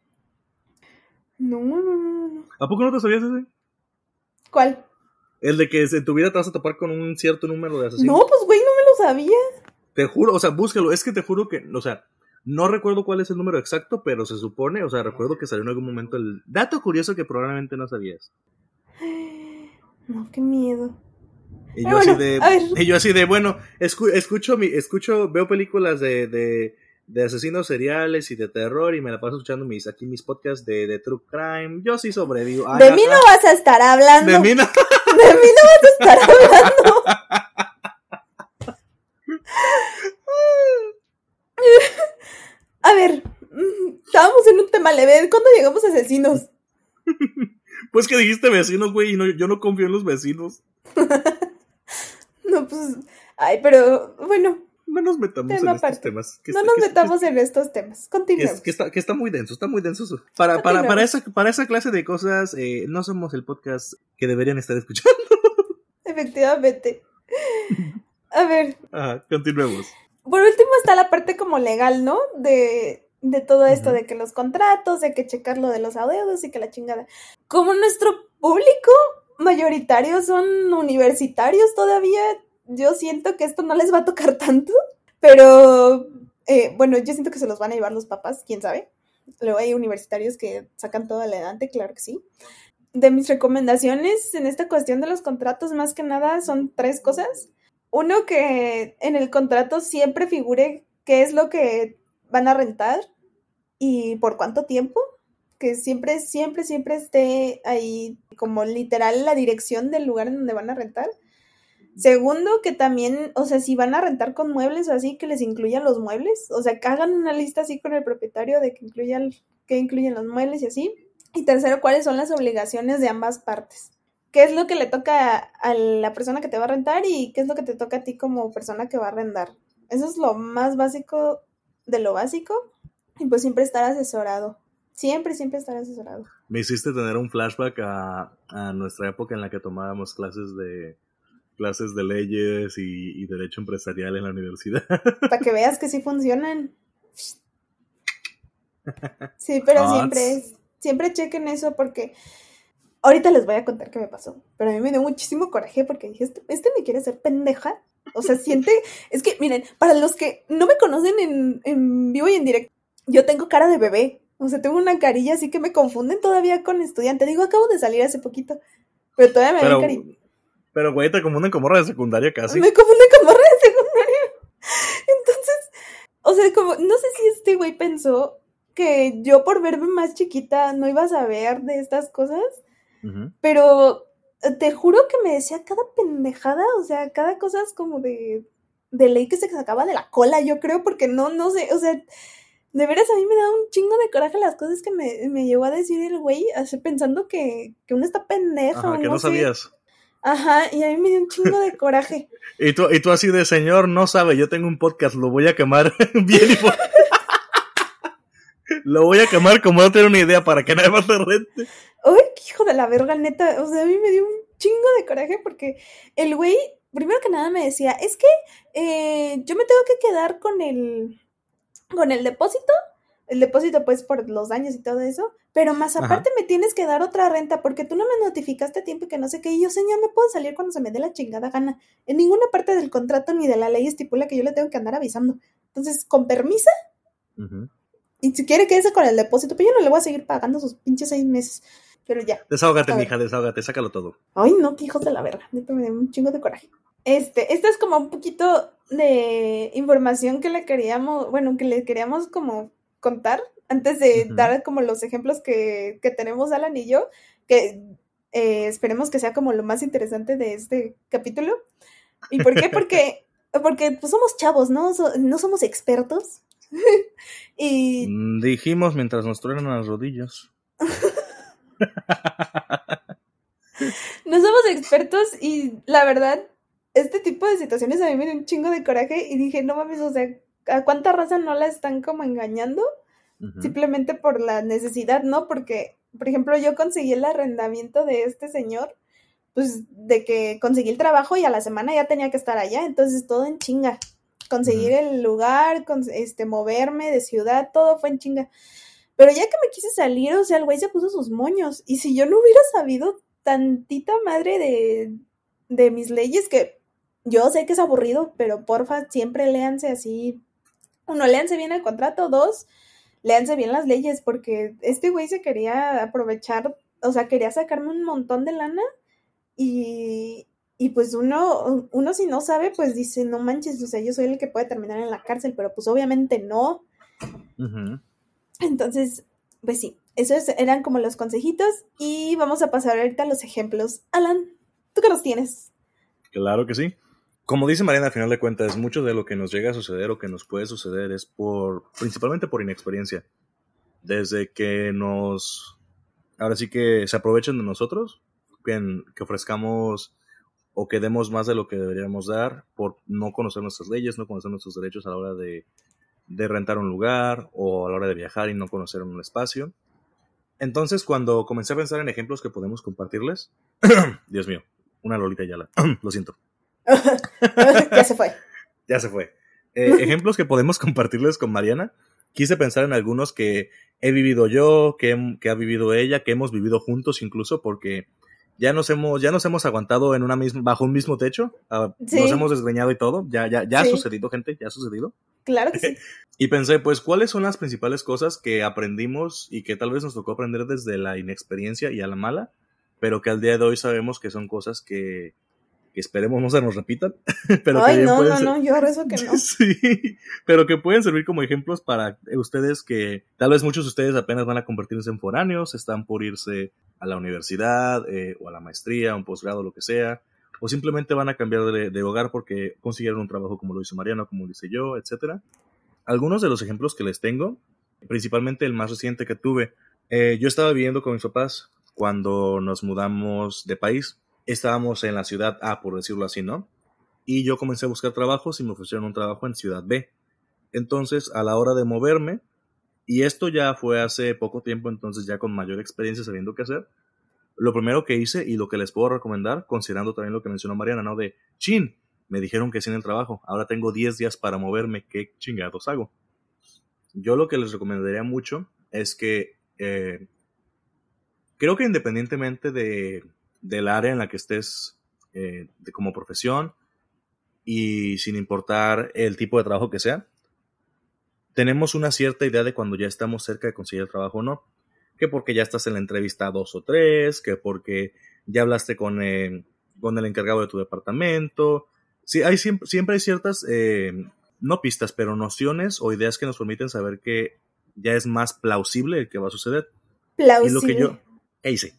No. ¿A poco no te sabías ese? ¿Cuál? El de que en tu vida te vas a topar con un cierto número de asesinos. No, pues güey, no me lo sabía. Te juro, o sea, búscalo, es que te juro que, o sea, no recuerdo cuál es el número exacto, pero se supone, o sea, recuerdo que salió en algún momento el dato curioso que probablemente no sabías. No, qué miedo. Y yo, así de, bueno, veo películas de asesinos seriales y de terror y me la paso escuchando mis podcasts de True Crime. Yo sí sobrevivo. De mí no vas a estar hablando. De mí no. De mí no vas a estar hablando. A ver, estábamos en un tema leve. ¿Cuándo llegamos a asesinos? Pues que dijiste vecinos, güey, y no, yo no confío en los vecinos. No, pues, ay, pero bueno. No nos metamos en estos temas. No nos metamos en estos temas. Continuemos. Que está muy denso, eso. Para esa clase de cosas, no somos el podcast que deberían estar escuchando. Efectivamente. A ver. Ajá, continuemos. Por último está la parte como legal, ¿no? De todo esto, de que los contratos, de que checar lo de los adeudos y que la chingada. Como nuestro público mayoritario son universitarios todavía, yo siento que esto no les va a tocar tanto, pero bueno, yo siento que se los van a llevar los papás, quién sabe. Luego hay universitarios que sacan todo adelante, claro que sí. de mis recomendaciones en esta cuestión de los contratos, más que nada, son 3 cosas. Uno, que en el contrato siempre figure qué es lo que van a rentar y por cuánto tiempo. Que siempre, siempre, siempre esté ahí como literal la dirección del lugar en donde van a rentar. Segundo, que también, o sea, si van a rentar con muebles o así, que les incluyan los muebles. O sea, que hagan una lista así con el propietario de que incluyen los muebles y así. Y tercero, cuáles son las obligaciones de ambas partes. ¿Qué es lo que le toca a la persona que te va a rentar y qué es lo que te toca a ti como persona que va a arrendar? Eso es lo más básico de lo básico. Y pues siempre estar asesorado. Siempre, siempre estar asesorado. Me hiciste tener un flashback a nuestra época en la que tomábamos clases de leyes y derecho empresarial en la universidad. Para que veas que sí funcionan. Sí, pero siempre chequen eso porque ahorita les voy a contar qué me pasó. Pero a mí me dio muchísimo coraje porque dije, este me quiere hacer pendeja. O sea, es que miren, para los que no me conocen en vivo y en directo, yo tengo cara de bebé. O sea, tengo una carilla así que me confunden todavía con estudiante. Digo, acabo de salir hace poquito, pero todavía me ven carilla. Pero, güey, te confunden con morra de secundaria casi. Me confunden con morra de secundaria. Entonces, o sea, como, no sé si este güey pensó que yo por verme más chiquita no iba a saber de estas cosas, pero te juro que me decía cada pendejada, o sea, cada cosa es como de ley que se sacaba de la cola, yo creo, porque no sé, o sea, de veras a mí me da un chingo de coraje las cosas que me llegó a decir el güey, así pensando que uno está pendejo. Ajá, que no sabías. Ajá, y a mí me dio un chingo de coraje. Y tú así de, señor, no sabe, yo tengo un podcast, lo voy a quemar bien y lo voy a quemar como no tiene una idea para que nadie más te rente. Ay, qué hijo de la verga, neta, o sea, a mí me dio un chingo de coraje porque el güey, primero que nada me decía, es que yo me tengo que quedar con el depósito pues por los daños y todo eso, pero más aparte me tienes que dar otra renta porque tú no me notificaste a tiempo y que no sé qué, y yo, señor, me puedo salir cuando se me dé la chingada gana. En ninguna parte del contrato ni de la ley estipula que yo le tengo que andar avisando. Entonces, con permisa, y si quiere quédese con el depósito, pero yo no le voy a seguir pagando sus pinches 6 meses, pero ya. Desahógate, mija, desahógate, sácalo todo. Ay, no, qué hijos de la verga, neta me dio un chingo de coraje. Esto es como un poquito de información que le queríamos como contar antes de dar como los ejemplos que tenemos Alan y yo, que esperemos que sea como lo más interesante de este capítulo. ¿Y por qué? Porque pues somos chavos, ¿no? No somos expertos. Y dijimos mientras nos truenan las rodillas. No somos expertos y la verdad, este tipo de situaciones a mí me dio un chingo de coraje y dije, no mames, o sea, ¿a cuánta raza no la están como engañando? Simplemente por la necesidad, ¿no? Porque, por ejemplo, yo conseguí el arrendamiento de este señor, pues, de que conseguí el trabajo y a la semana ya tenía que estar allá, entonces todo en chinga. Conseguir el lugar, moverme de ciudad, todo fue en chinga. Pero ya que me quise salir, o sea, el güey se puso sus moños. Y si yo no hubiera sabido tantita madre de mis leyes, que yo sé que es aburrido, pero porfa, siempre léanse así. 1, léanse bien el contrato. 2, léanse bien las leyes, porque este güey se quería aprovechar, o sea, quería sacarme un montón de lana y pues uno si no sabe, pues dice, no manches, o sea, yo soy el que puede terminar en la cárcel, pero pues obviamente no. Entonces, pues sí, esos eran como los consejitos y vamos a pasar ahorita a los ejemplos. Alan, ¿tú qué los tienes? Claro que sí. Como dice Mariana, al final de cuentas, mucho de lo que nos llega a suceder o que nos puede suceder es principalmente por inexperiencia. Desde que ahora sí que se aprovechen de nosotros, que ofrezcamos o que demos más de lo que deberíamos dar por no conocer nuestras leyes, no conocer nuestros derechos a la hora de rentar un lugar o a la hora de viajar y no conocer un espacio. Entonces, cuando comencé a pensar en ejemplos que podemos compartirles, Dios mío, una Lolita Ayala, lo siento. Ya se fue. Ya se fue. Ejemplos que podemos compartirles con Mariana, quise pensar en algunos que he vivido yo, que ha vivido ella, que hemos vivido juntos incluso, porque ya nos hemos aguantado bajo un mismo techo, sí. Nos hemos desgreñado y todo, ya sí. Ha sucedido, gente, ya ha sucedido. Claro que sí. Y pensé, pues, ¿cuáles son las principales cosas que aprendimos y que tal vez nos tocó aprender desde la inexperiencia y a la mala pero que al día de hoy sabemos que son cosas que esperemos no se nos repitan, pero Ay, que no, yo rezo que no. Sí, pero que pueden servir como ejemplos para ustedes que tal vez muchos de ustedes apenas van a convertirse en foráneos, están por irse a la universidad o a la maestría, a un posgrado, lo que sea, o simplemente van a cambiar de hogar porque consiguieron un trabajo como lo hizo Mariano, como lo hice yo, etcétera. Algunos de los ejemplos que les tengo, principalmente el más reciente que tuve, yo estaba viviendo con mis papás cuando nos mudamos de país. Estábamos en la ciudad A, por decirlo así, ¿no? Y yo comencé a buscar trabajos y me ofrecieron un trabajo en ciudad B. Entonces, a la hora de moverme, y esto ya fue hace poco tiempo, entonces ya con mayor experiencia sabiendo qué hacer, lo primero que hice y lo que les puedo recomendar, considerando también lo que mencionó Mariana, ¿no? De, chin, me dijeron que sí en el trabajo, ahora tengo 10 días para moverme, ¿qué chingados hago? Yo lo que les recomendaría mucho es que creo que independientemente del área en la que estés como profesión y sin importar el tipo de trabajo que sea, tenemos una cierta idea de cuando ya estamos cerca de conseguir el trabajo o no, que porque ya estás en la entrevista 2 o 3, que porque ya hablaste con el encargado de tu departamento. Sí, siempre hay ciertas, no pistas, pero nociones o ideas que nos permiten saber que ya es más plausible el que va a suceder. Plausible. Y lo que yo... sí.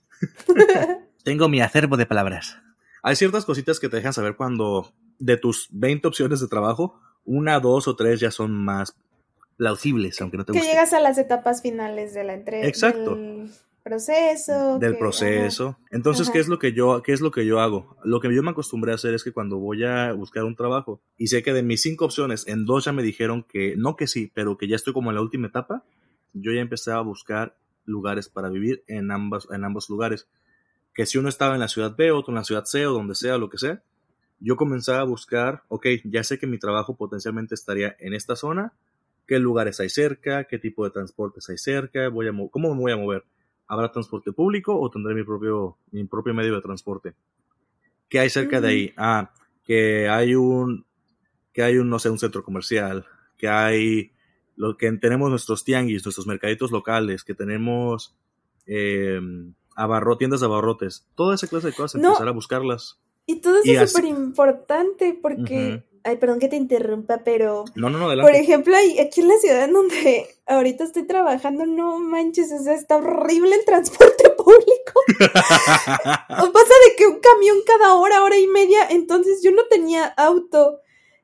Tengo mi acervo de palabras. Hay ciertas cositas que te dejan saber cuando de tus 20 opciones de trabajo, 1, 2 o 3 ya son más plausibles, aunque no te guste. Que llegas a las etapas finales de la entrega. Exacto. Del proceso. Del proceso. Ajá. Entonces, ajá. ¿Qué es lo que yo hago? Lo que yo me acostumbré a hacer es que cuando voy a buscar un trabajo y sé que de mis 5 opciones, en 2 ya me dijeron que no, que sí, pero que ya estoy como en la última etapa, yo ya empecé a buscar lugares para vivir en ambos lugares. Que si uno estaba en la ciudad B, otro en la ciudad C o donde sea, lo que sea, yo comenzaba a buscar, ok, ya sé que mi trabajo potencialmente estaría en esta zona, qué lugares hay cerca, qué tipo de transportes hay cerca, cómo me voy a mover. ¿Habrá transporte público o tendré mi propio medio de transporte? ¿Qué hay cerca de ahí? Que hay un, no sé, un centro comercial, que hay, tenemos nuestros tianguis, nuestros mercaditos locales, que tenemos tiendas de abarrotes, toda esa clase de cosas, empezar a buscarlas. Y todo eso es súper importante porque, ay, perdón que te interrumpa, pero no, adelante. Por ejemplo, aquí en la ciudad en donde ahorita estoy trabajando, no manches, o sea, está horrible el transporte público. Pasa de que un camión cada hora y media, entonces yo no tenía auto.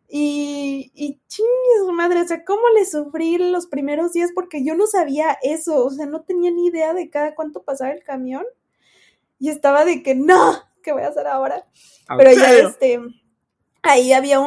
Y chingue su madre, o sea, ¿cómo le sufrí los primeros días? Porque yo no sabía eso, o sea, no tenía ni idea de cada cuánto pasaba el camión. Y estaba de que, no, ¿qué voy a hacer ahora? Pero ya, ahí había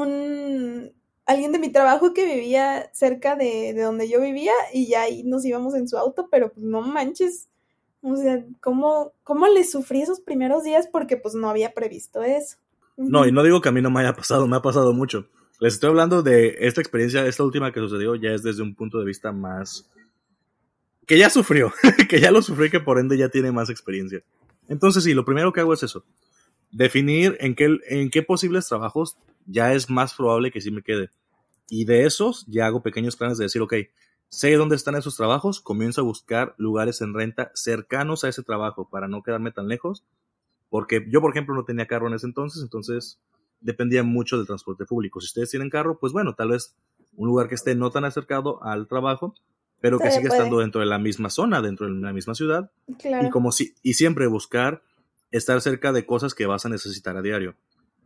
alguien de mi trabajo que vivía cerca de donde yo vivía y ya ahí nos íbamos en su auto, pero pues no manches, o sea, ¿cómo le sufrí esos primeros días? Porque pues no había previsto eso. No, y no digo que a mí no me haya pasado, me ha pasado mucho. Les estoy hablando de esta experiencia, esta última que sucedió, ya es desde un punto de vista más... que ya sufrió, que ya lo sufrí, que por ende ya tiene más experiencia. Entonces sí, lo primero que hago es eso. Definir en qué posibles trabajos ya es más probable que sí me quede. Y de esos ya hago pequeños planes de decir, ok, sé dónde están esos trabajos, comienzo a buscar lugares en renta cercanos a ese trabajo para no quedarme tan lejos. Porque yo, por ejemplo, no tenía carro en ese entonces dependía mucho del transporte público. Si ustedes tienen carro, pues bueno, tal vez un lugar que esté no tan acercado al trabajo, pero que siga estando dentro de la misma zona, dentro de la misma ciudad. Claro. Y siempre buscar estar cerca de cosas que vas a necesitar a diario.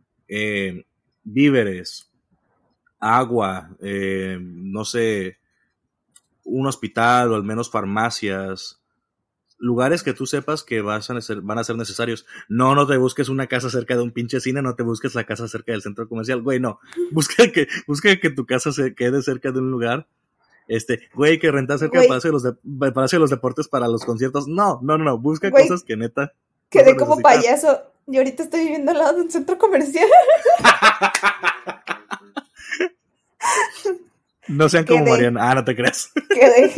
Víveres, agua, no sé, un hospital o al menos farmacias, lugares que tú sepas que van a ser necesarios. No te busques una casa cerca de un pinche cine, no te busques la casa cerca del centro comercial, güey, no. Busca que tu casa se quede cerca de un lugar. Güey, que rentar cerca del Palacio de los Deportes para los conciertos. No. Busca cosas que neta. Quedé como payaso. Y ahorita estoy viviendo al lado de un centro comercial. No sean como Mariana. No te creas. Quedé.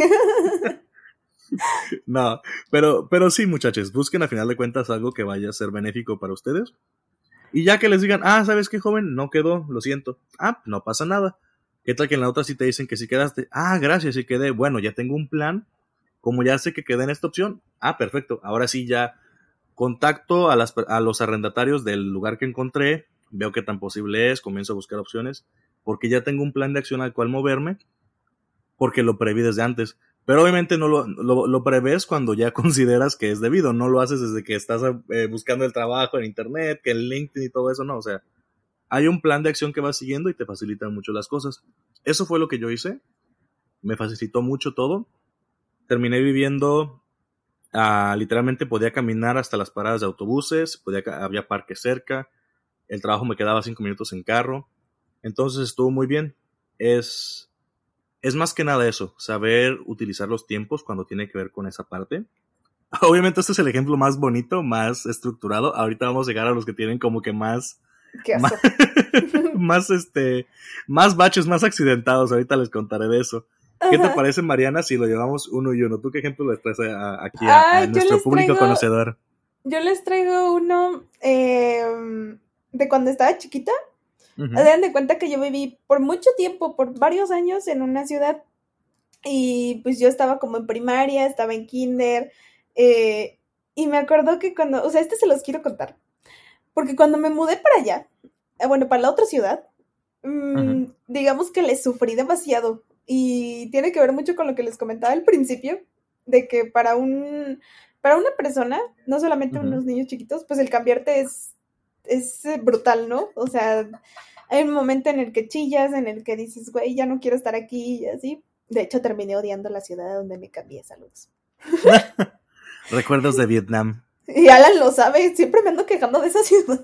No, pero sí, muchachos, busquen a final de cuentas algo que vaya a ser benéfico para ustedes. Y ya que les digan, ¿sabes qué, joven? No quedó, lo siento. No pasa nada. ¿Qué tal que en la otra sí te dicen que sí quedaste? Gracias, sí quedé. Bueno, ya tengo un plan. Como ya sé que quedé en esta opción, perfecto. Ahora sí ya contacto a los arrendatarios del lugar que encontré, veo qué tan posible es, comienzo a buscar opciones, porque ya tengo un plan de acción al cual moverme, porque lo preví desde antes. Pero obviamente no lo prevés cuando ya consideras que es debido, no lo haces desde que estás buscando el trabajo en internet, que el LinkedIn y todo eso, no, o sea, hay un plan de acción que vas siguiendo y te facilitan mucho las cosas. Eso fue lo que yo hice, me facilitó mucho todo, terminé viviendo, literalmente podía caminar hasta las paradas de autobuses, había parques cerca, el trabajo me quedaba 5 minutos en carro, entonces estuvo muy bien. Es más que nada eso, saber utilizar los tiempos cuando tiene que ver con esa parte. Obviamente este es el ejemplo más bonito, más estructurado. Ahorita vamos a llegar a los que tienen como que más más baches, más accidentados. Ahorita les contaré de eso. ¿Qué te parece, Mariana, si lo llevamos uno y uno? ¿Tú qué ejemplo les traes aquí a nuestro público conocedor? Yo les traigo uno de cuando estaba chiquita. Den de cuenta que yo viví por mucho tiempo, por varios años en una ciudad, y pues yo estaba como en primaria, estaba en kinder, y me acuerdo que cuando, o sea, se los quiero contar, porque cuando me mudé para allá, para la otra ciudad, digamos que le sufrí demasiado, y tiene que ver mucho con lo que les comentaba al principio, de que para una persona, no solamente unos niños chiquitos, pues el cambiarte es brutal, ¿no? O sea, hay un momento en el que chillas, en el que dices, güey, ya no quiero estar aquí y así. De hecho, terminé odiando la ciudad donde me cambié. Saludos. Recuerdos de Vietnam. Y Alan lo sabe, siempre me ando quejando de esa ciudad.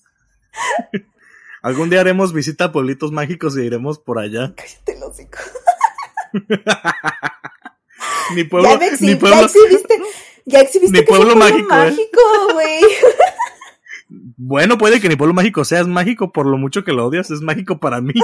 Algún día haremos visita a pueblitos mágicos y iremos por allá. Cállate el hocico. Ni pueblo, ya exhibiste ni pueblo mágico, güey. Bueno, puede que ni pueblo mágico sea, es mágico por lo mucho que lo odias, es mágico para mí.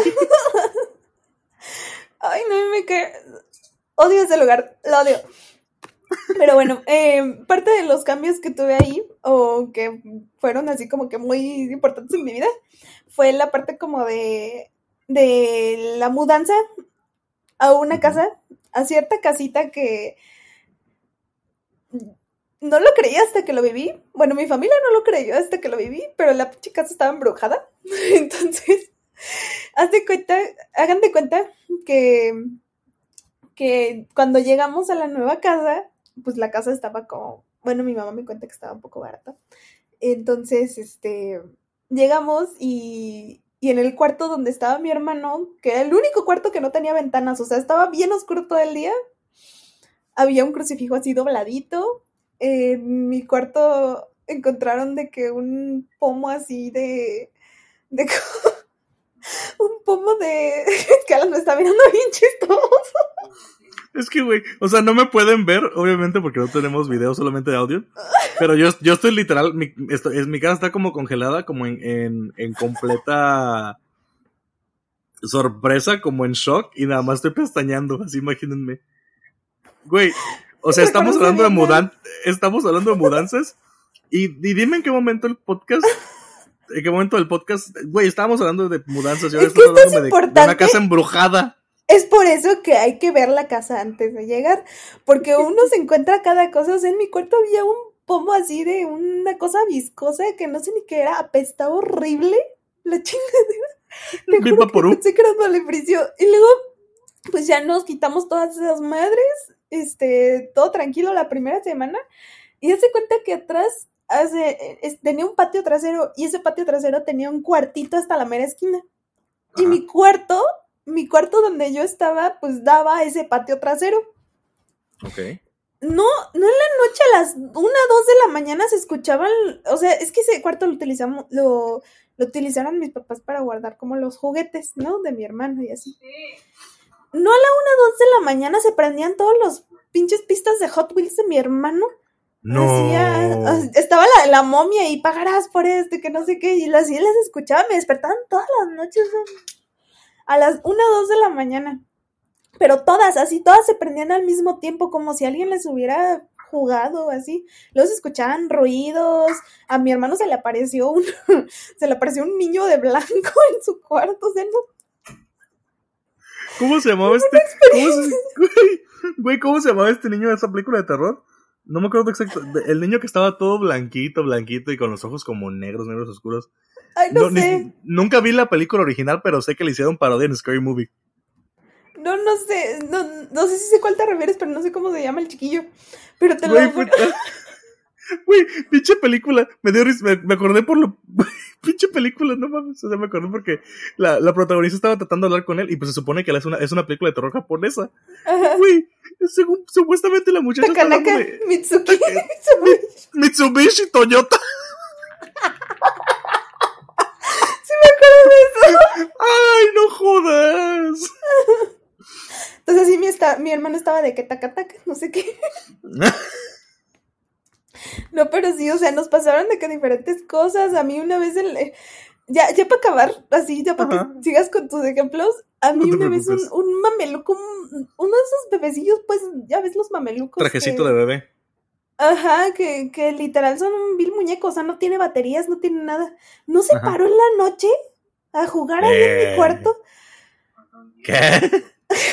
Ay, no me cae. Odio ese lugar, lo odio. Pero bueno, parte de los cambios que tuve ahí, o que fueron así como que muy importantes en mi vida, fue la parte como de la mudanza a una casa, a cierta casita que no lo creía hasta que lo viví. Bueno, mi familia no lo creyó hasta que lo viví, pero la pinche casa estaba embrujada. Entonces, hagan de cuenta que cuando llegamos a la nueva casa, pues la casa estaba como, bueno, mi mamá me cuenta que estaba un poco barata. Entonces, llegamos y en el cuarto donde estaba mi hermano, que era el único cuarto que no tenía ventanas, o sea, estaba bien oscuro todo el día, había un crucifijo así dobladito. En mi cuarto encontraron de que un pomo así de un pomo de que Alan me está mirando bien chistoso. Es que, güey, o sea, no me pueden ver, obviamente, porque no tenemos video, solamente de audio. Pero yo estoy literal, mi casa está como congelada, como en completa sorpresa, como en shock, y nada más estoy pestañeando, así imagínense. Güey, o sea, estamos hablando de mudanzas, y dime en qué momento del podcast, güey, estábamos hablando de mudanzas, y ahora estoy hablando de una casa embrujada. Es por eso que hay que ver la casa antes de llegar, porque uno se encuentra cada cosa. O sea, en mi cuarto había un pomo así de una cosa viscosa que no sé ni qué era, apestaba horrible la chingadera. Te juro que pensé que era maleficio. Y luego, pues ya nos quitamos todas esas madres, todo tranquilo la primera semana, y hace cuenta que atrás tenía un patio trasero, y ese patio trasero tenía un cuartito hasta la mera esquina. Ajá. Y mi cuarto donde yo estaba, pues daba a ese patio trasero. Ok. No en la noche a las 1, 2 de la mañana se escuchaban, o sea, es que ese cuarto lo utilizaron mis papás para guardar como los juguetes, ¿no? De mi hermano y así. Sí. No a la 1, 2 de la mañana se prendían todos los pinches pistas de Hot Wheels de mi hermano. No. Estaba la momia y pagarás por esto, que no sé qué, y las escuchaba, me despertaban todas las noches, a las 1, 2 de la mañana. Pero todas se prendían al mismo tiempo, como si alguien les hubiera jugado, así. Luego se escuchaban ruidos. A mi hermano se le apareció un niño de blanco en su cuarto. O sea, no. ¿Cómo se llamaba ¿Cómo se llamaba este niño de esa película de terror? No me acuerdo exacto. El niño que estaba todo blanquito y con los ojos como negros oscuros. Ay, no sé. Nunca vi la película original, pero sé que le hicieron parodia en Scary Movie. No sé. No sé si sé cuál te refieres, pero no sé cómo se llama el chiquillo. Pero te lo juro. Güey, pinche película. Me dio risa. Me acordé por lo. Pinche película, no mames. O sea, me acordé porque la protagonista estaba tratando de hablar con él. Y pues se supone que es una película de terror japonesa. Güey, supuestamente la muchacha Takanaka, está hablando de Mitsuki. Mitsubishi Toyota. Sí me acuerdo de eso. Ay, no jodas. Entonces sí, mi hermano estaba de que taca, no sé qué. No, pero sí, o sea, nos pasaron de que diferentes cosas. A mí una vez, ya para acabar, así, ya para que sigas con tus ejemplos, a mí una vez un mameluco, uno de esos bebecillos, pues, ya ves los mamelucos. Trajecito de bebé. Ajá, que literal son un vil muñeco, o sea, no tiene baterías, no tiene nada. ¿No se paró en la noche a jugar ahí en mi cuarto? ¿Qué?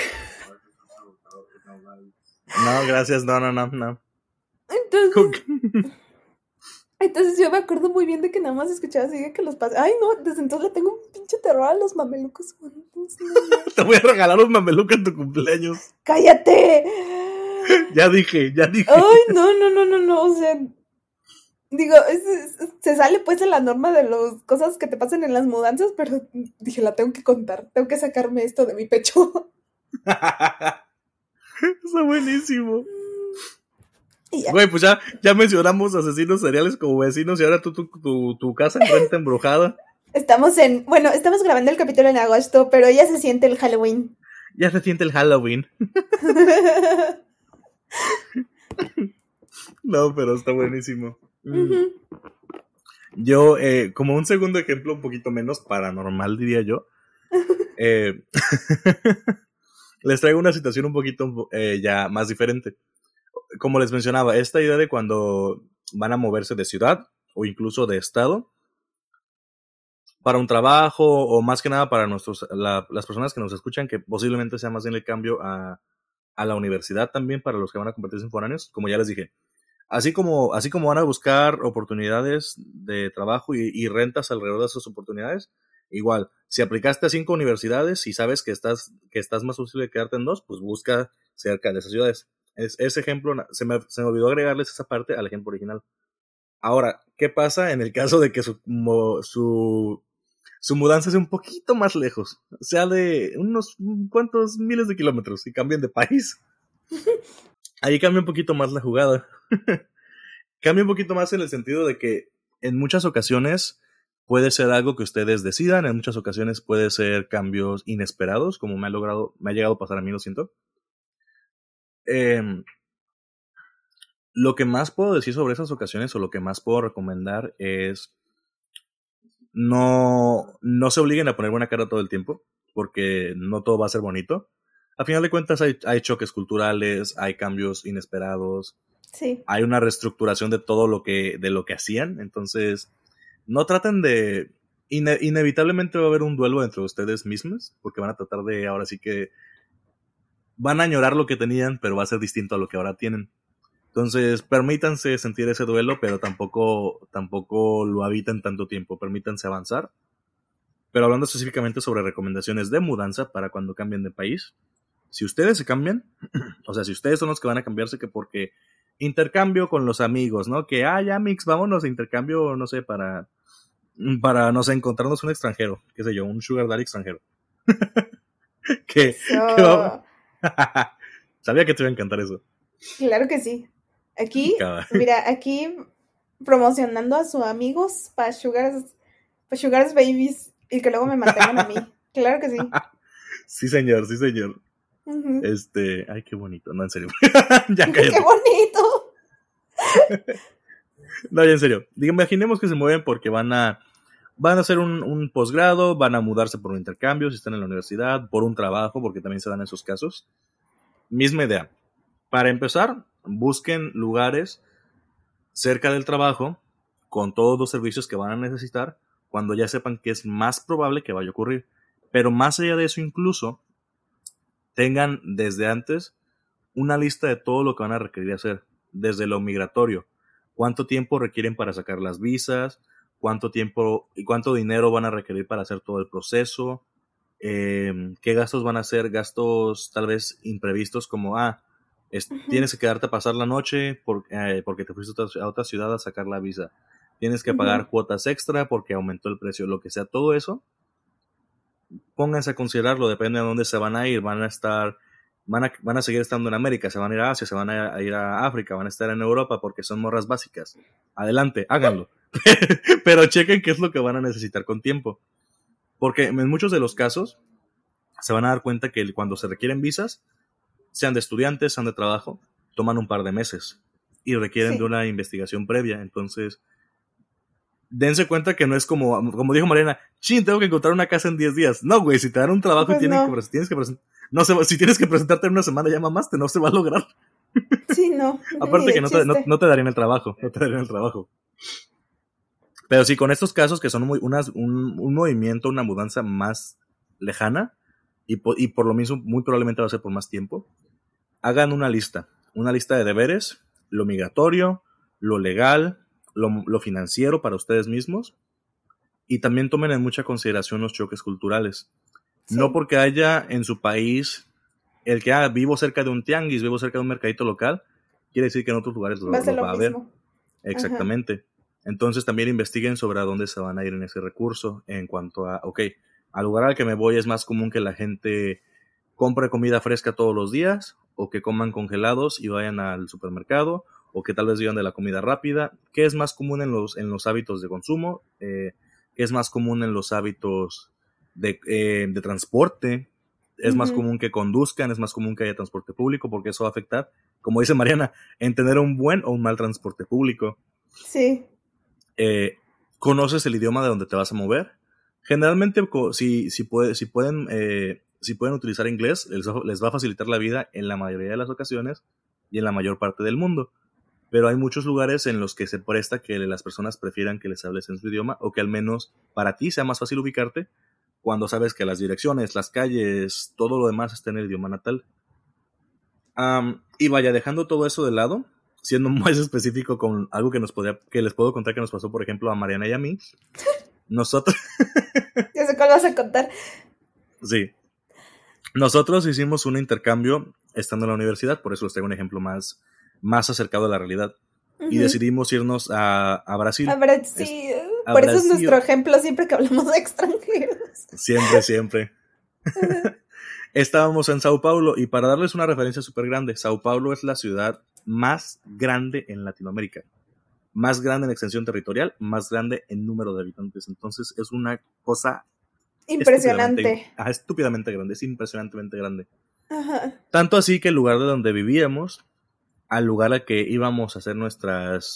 No, gracias, no. Entonces yo me acuerdo muy bien de que nada más escuchaba así que los pases. Ay, no, desde entonces le tengo un pinche terror a los mamelucos. Te voy a regalar los mamelucos en tu cumpleaños. ¡Cállate! Ya dije. Ay, no, o sea, digo, se sale pues de la norma de las cosas que te pasan en las mudanzas, pero dije, la tengo que contar, tengo que sacarme esto de mi pecho. Está buenísimo. Güey, pues ya mencionamos asesinos seriales como vecinos y ahora tu casa en renta embrujada. Estamos grabando el capítulo en agosto, pero ya se siente el Halloween. Ya se siente el Halloween. No, pero está buenísimo. Uh-huh. Yo, como un segundo ejemplo un poquito menos paranormal, diría yo, les traigo una situación un poquito ya más diferente. Como les mencionaba, esta idea de cuando van a moverse de ciudad o incluso de estado para un trabajo o más que nada para las personas que nos escuchan, que posiblemente sea más bien el cambio a la universidad también para los que van a convertirse en foráneos, como ya les dije. Así como van a buscar oportunidades de trabajo y rentas alrededor de esas oportunidades, igual, si aplicaste a 5 universidades y sabes que estás más posible de quedarte en 2, pues busca cerca de esas ciudades. Ese ejemplo, se me olvidó agregarles esa parte al ejemplo original. Ahora, ¿qué pasa en el caso de que su mudanza sea un poquito más lejos? Sea de unos cuantos miles de kilómetros y cambien de país. Ahí cambia un poquito más la jugada. Cambia un poquito más en el sentido de que en muchas ocasiones puede ser algo que ustedes decidan, en muchas ocasiones puede ser cambios inesperados, como me ha llegado a pasar a mí, lo siento. Lo que más puedo decir sobre esas ocasiones o lo que más puedo recomendar es no se obliguen a poner buena cara todo el tiempo, porque no todo va a ser bonito. A final de cuentas hay choques culturales, hay cambios inesperados, sí. Hay una reestructuración de todo lo que hacían, entonces no traten de... inevitablemente va a haber un duelo entre ustedes mismos, porque van a tratar de, ahora sí que van a añorar lo que tenían, pero va a ser distinto a lo que ahora tienen. Entonces, permítanse sentir ese duelo, pero tampoco lo habiten tanto tiempo. Permítanse avanzar. Pero hablando específicamente sobre recomendaciones de mudanza para cuando cambien de país, si ustedes se cambian, o sea, si ustedes son los que van a cambiarse, que porque intercambio con los amigos, ¿no? Que, ya, mix, vámonos de intercambio, no sé, para no sé, encontrarnos un extranjero, qué sé yo, un sugar daddy extranjero. que vamos. Sabía que te iba a encantar eso. Claro que sí. Aquí, mira, aquí promocionando a sus amigos para sugars babies y que luego me mantengan a mí. Claro que sí. Sí, señor. Uh-huh. Ay, qué bonito. No, en serio. Ya cállate. ¡Qué bonito! No, ya en serio. Imaginemos que se mueven porque van a hacer un posgrado, van a mudarse por un intercambio si están en la universidad, por un trabajo, porque también se dan esos casos. Misma idea. Para empezar, busquen lugares cerca del trabajo con todos los servicios que van a necesitar cuando ya sepan que es más probable que vaya a ocurrir. Pero más allá de eso, incluso tengan desde antes una lista de todo lo que van a requerir hacer. desde lo migratorio. ¿Cuánto tiempo requieren para sacar las visas? ¿Cuánto tiempo y cuánto dinero van a requerir para hacer todo el proceso? ¿Qué gastos van a ser? Gastos tal vez imprevistos como, tienes que quedarte a pasar la noche porque te fuiste a otra ciudad a sacar la visa. Tienes que pagar cuotas extra porque aumentó el precio, lo que sea. Todo eso, pónganse a considerarlo, depende de dónde se van a ir. Van a seguir estando en América, se van a ir a Asia, se van a ir a África, van a estar en Europa porque son morras básicas. Adelante, háganlo. Pero chequen qué es lo que van a necesitar con tiempo. Porque en muchos de los casos se van a dar cuenta que cuando se requieren visas, sean de estudiantes, sean de trabajo, toman un par de meses y requieren de una investigación previa. Entonces, dense cuenta que no es como dijo Mariana, tengo que encontrar una casa en 10 días. No, güey, si te dan un trabajo pues y tienes que presentar, si tienes que presentarte en una semana ya mamaste, no se va a lograr. Sí, no. Aparte que no te darían el trabajo, Pero sí, con estos casos que son un movimiento, una mudanza más lejana y por lo mismo muy probablemente va a ser por más tiempo, hagan una lista de deberes, lo migratorio, lo legal, lo financiero para ustedes mismos, y también tomen en mucha consideración los choques culturales. Sí. No porque haya en su país el que vivo cerca de un tianguis, vivo cerca de un mercadito local, quiere decir que en otros lugares lo va a haber. Exactamente. Ajá. Entonces también investiguen sobre a dónde se van a ir en ese recurso en cuanto a, al lugar al que me voy es más común que la gente compre comida fresca todos los días o que coman congelados y vayan al supermercado o que tal vez vivan de la comida rápida. ¿Qué es más común en los hábitos de consumo? ¿Qué es más común en los hábitos de transporte? Es más común que conduzcan, es más común que haya transporte público porque eso va a afectar, como dice Mariana, en tener un buen o un mal transporte público. Sí. ¿Conoces el idioma de donde te vas a mover? Generalmente, si pueden utilizar inglés, les va a facilitar la vida en la mayoría de las ocasiones y en la mayor parte del mundo. Pero hay muchos lugares en los que se presta que las personas prefieran que les hables en su idioma o que al menos para ti sea más fácil ubicarte cuando sabes que las direcciones, las calles, todo lo demás está en el idioma natal. Y vaya, dejando todo eso de lado, siendo más específico con algo que les puedo contar que nos pasó, por ejemplo, a Mariana y a mí. Nosotros... Ya sé cuál vas a contar. Sí. Nosotros hicimos un intercambio estando en la universidad, por eso les traigo un ejemplo más acercado a la realidad. Y decidimos irnos a Brasil. A Brasil. Por eso es nuestro ejemplo siempre que hablamos de extranjeros. Siempre. Estábamos en Sao Paulo y para darles una referencia súper grande, Sao Paulo es la ciudad más grande en Latinoamérica. Más grande en extensión territorial, más grande en número de habitantes. Entonces es una cosa impresionante. Estúpidamente grande, es impresionantemente grande. Ajá. Tanto así que el lugar de donde vivíamos, al lugar al que íbamos a hacer nuestro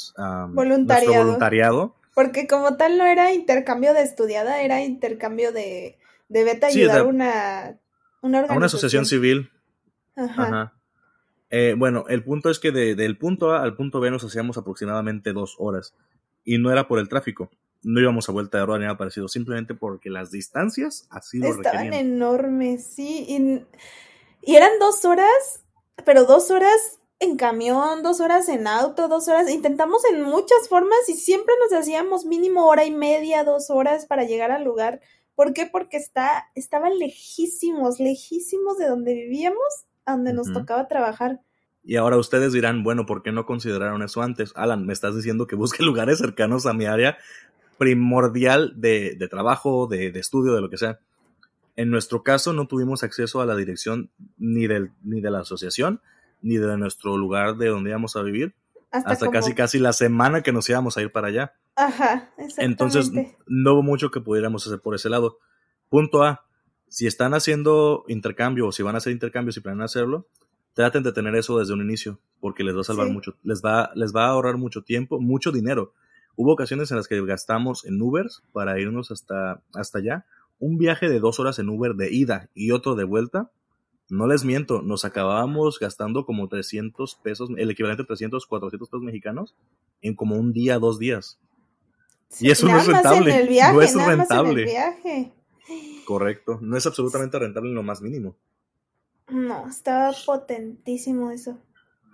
voluntariado. Porque como tal no era intercambio de estudiada, era intercambio de vete a ayudar a una organización. A una asociación civil. Ajá. Bueno, el punto es que del punto A al punto B nos hacíamos aproximadamente 2 horas. Y no era por el tráfico. No íbamos a vuelta de rueda ni nada parecido. Simplemente porque las distancias así lo requerían. Estaban enormes, sí. Y eran 2 horas, pero 2 horas en camión, 2 horas en auto, 2 horas. Intentamos en muchas formas y siempre nos hacíamos mínimo 1:30, 2 horas para llegar al lugar. ¿Por qué? Porque estaban lejísimos de donde vivíamos a donde nos tocaba trabajar. Y ahora ustedes dirán, bueno, ¿por qué no consideraron eso antes? Alan, me estás diciendo que busque lugares cercanos a mi área primordial de trabajo, de estudio, de lo que sea. En nuestro caso no tuvimos acceso a la dirección ni de la asociación, ni de nuestro lugar de donde íbamos a vivir, hasta casi la semana que nos íbamos a ir para allá. Ajá, exactamente. Entonces no hubo mucho que pudiéramos hacer por ese lado. Punto A, si están haciendo intercambio o si van a hacer intercambio, si planean hacerlo, traten de tener eso desde un inicio, porque les va a salvar mucho, les va a ahorrar mucho tiempo, mucho dinero. Hubo ocasiones en las que gastamos en Ubers para irnos hasta allá. Un viaje de 2 horas en Uber de ida y otro de vuelta, no les miento, nos acabábamos gastando como 300 pesos, el equivalente a 300, 400 pesos mexicanos, en como un día, 2 días. Sí, y eso no es rentable. No es rentable. Correcto, no es absolutamente rentable en lo más mínimo. No, estaba potentísimo eso.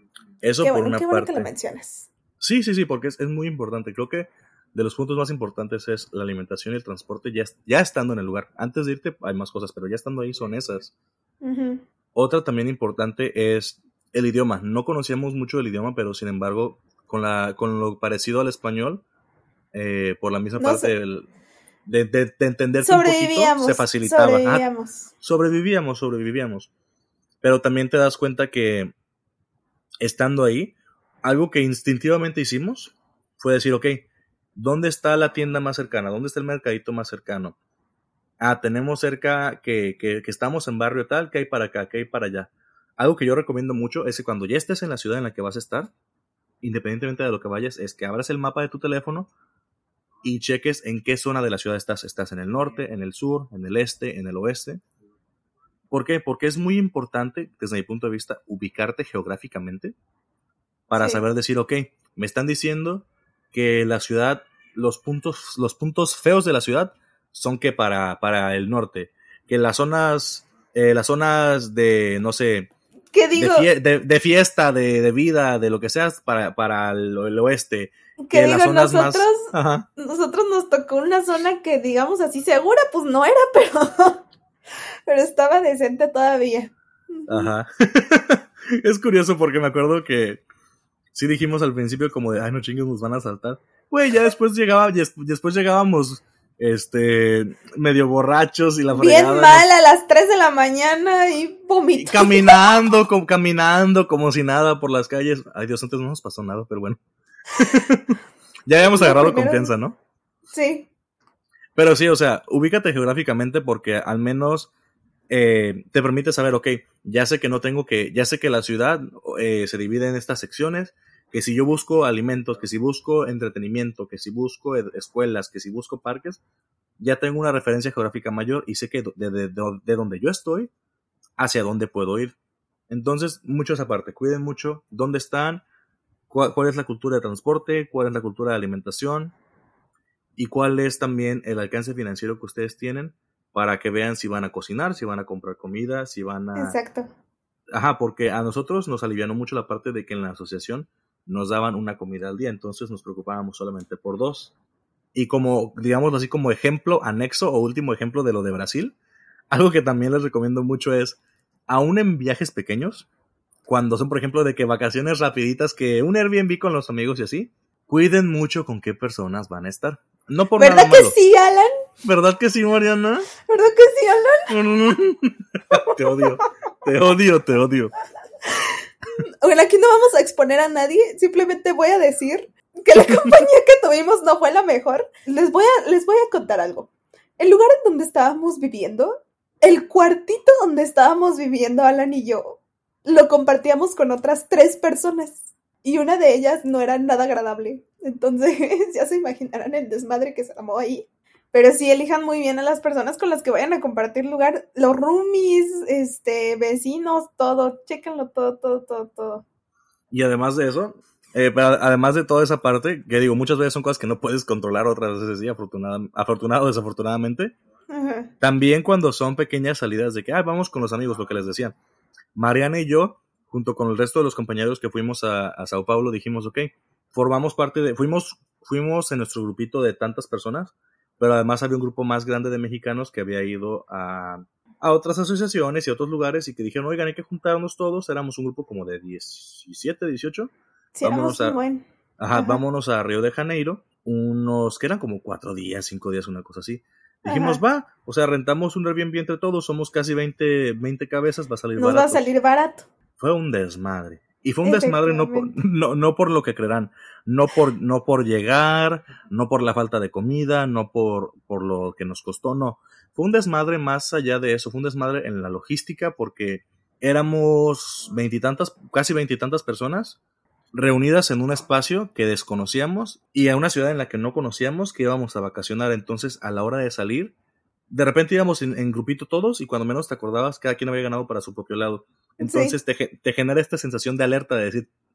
Eso qué por bueno, una qué bueno parte. que lo mencionas. Sí, porque es muy importante. Creo que de los puntos más importantes es la alimentación y el transporte ya estando en el lugar. Antes de irte hay más cosas, pero ya estando ahí son esas. Uh-huh. Otra también importante es el idioma. No conocíamos mucho el idioma, pero sin embargo, con lo parecido al español, por la misma No parte sé. de entenderte un poquito, se facilitaba. Sobrevivíamos. Pero también te das cuenta que estando ahí, algo que instintivamente hicimos fue decir, ok, ¿dónde está la tienda más cercana? ¿Dónde está el mercadito más cercano? Tenemos cerca que estamos en barrio tal, que hay para acá, que hay para allá. Algo que yo recomiendo mucho es que cuando ya estés en la ciudad en la que vas a estar, independientemente de lo que vayas, es que abras el mapa de tu teléfono y cheques en qué zona de la ciudad estás. ¿Estás en el norte, en el sur, en el este, en el oeste? ¿Por qué? Porque es muy importante, desde mi punto de vista, ubicarte geográficamente para saber decir, ok, me están diciendo que la ciudad, los puntos feos de la ciudad son que para el norte, que las zonas de, no sé, ¿qué digo? de fiesta, de vida, de lo que sea, para el oeste. ¿Qué digo? Las zonas Nosotros nos tocó una zona que, digamos así, segura, pues no era, pero estaba decente todavía. Ajá. Es curioso porque me acuerdo que sí dijimos al principio como de, ay, no chingues, nos van a asaltar. Güey, ya después llegábamos medio borrachos y la fregada. Bien mal a las 3 de la mañana y vomitando. Caminando como si nada por las calles. Ay, Dios, antes no nos pasó nada, pero bueno. Ya habíamos agarrado confianza, ¿no? Sí. Pero sí, o sea, ubícate geográficamente porque al menos te permite saber, ok, ya sé que la ciudad se divide en estas secciones, que si yo busco alimentos, que si busco entretenimiento, que si busco escuelas, que si busco parques, ya tengo una referencia geográfica mayor y sé que de donde yo estoy, hacia dónde puedo ir. Entonces, mucho esa parte, cuiden mucho dónde están, cuál es la cultura de transporte, cuál es la cultura de alimentación y cuál es también el alcance financiero que ustedes tienen para que vean si van a cocinar, si van a comprar comida, si van a... Exacto. Ajá, porque a nosotros nos alivianó mucho la parte de que en la asociación nos daban una comida al día, entonces nos preocupábamos solamente por 2. Y como, digamos así, como ejemplo anexo o último ejemplo de lo de Brasil, algo que también les recomiendo mucho es, aún en viajes pequeños, cuando son, por ejemplo, de que vacaciones rapiditas, que un Airbnb con los amigos y así, cuiden mucho con qué personas van a estar. No por ¿verdad nada malo. que sí, Alan? ¿Verdad que sí, Mariana? ¿Verdad que sí, Alan? Te odio. Bueno, aquí no vamos a exponer a nadie, simplemente voy a decir que la compañía que tuvimos no fue la mejor. Les voy a contar algo. El lugar en donde estábamos viviendo, el cuartito donde estábamos viviendo Alan y yo, lo compartíamos con otras 3 personas y una de ellas no era nada agradable. Entonces ya se imaginarán el desmadre que se armó ahí. Pero sí, elijan muy bien a las personas con las que vayan a compartir lugar. Los roomies, vecinos, todo. Chéquenlo todo. Y además de eso, además de toda esa parte, que digo, muchas veces son cosas que no puedes controlar, otras veces sí, afortunado o desafortunadamente. Ajá. También cuando son pequeñas salidas de que, vamos con los amigos, lo que les decía. Mariana y yo, junto con el resto de los compañeros que fuimos a Sao Paulo, dijimos, ok, formamos parte de... Fuimos en nuestro grupito de tantas personas, pero además había un grupo más grande de mexicanos que había ido a otras asociaciones y a otros lugares y que dijeron, oigan, hay que juntarnos todos. Éramos un grupo como de 17, 18. Sí, Vámonos a Río de Janeiro, unos que eran como 4 días, 5 días, una cosa así. Dijimos, o sea, rentamos un Airbnb entre todos, somos casi 20 cabezas, va a salir barato. Nos va a salir barato. Fue un desmadre. Y fue un desmadre no por lo que creerán, no por llegar, no por la falta de comida, no por lo que nos costó, no. Fue un desmadre más allá de eso, fue un desmadre en la logística porque éramos casi 20 y tantas personas reunidas en un espacio que desconocíamos y a una ciudad en la que no conocíamos, que íbamos a vacacionar. Entonces, a la hora de salir, de repente íbamos en grupito todos y cuando menos te acordabas, cada quien había ganado para su propio lado. Entonces te genera esta sensación de alerta de decir,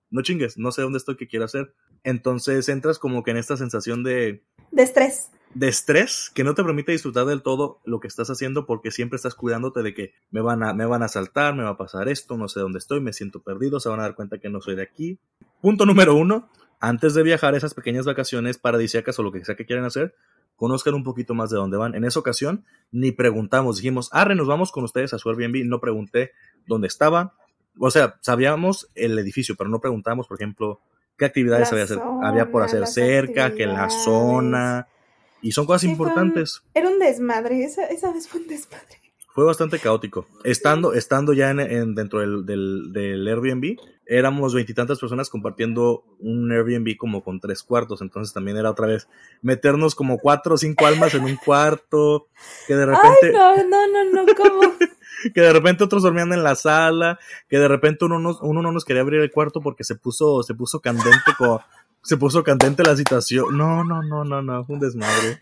no chingues, no sé dónde estoy, qué quiero hacer. Entonces entras como que en esta sensación de estrés. De estrés que no te permite disfrutar del todo lo que estás haciendo porque siempre estás cuidándote de que me van a asaltar, me va a pasar esto, no sé dónde estoy, me siento perdido, se van a dar cuenta que no soy de aquí. Punto número 1, antes de viajar a esas pequeñas vacaciones paradisíacas o lo que sea que quieran hacer, conozcan un poquito más de dónde van. En esa ocasión ni preguntamos, dijimos, nos vamos con ustedes a su Airbnb, no pregunté dónde estaba, o sea, sabíamos el edificio, pero no preguntamos, por ejemplo, qué actividades había por hacer cerca, que la zona. Y son cosas importantes. Era un desmadre, esa vez fue un desmadre. Fue bastante caótico. Estando ya dentro del Airbnb, éramos 20 y tantas personas compartiendo un Airbnb como con 3 cuartos. Entonces también era otra vez meternos como 4 o 5 almas en un cuarto. Que de repente. Ay, no, ¿cómo? Que de repente otros dormían en la sala. Que de repente uno no nos quería abrir el cuarto porque se puso candente se puso candente la situación. No, fue un desmadre.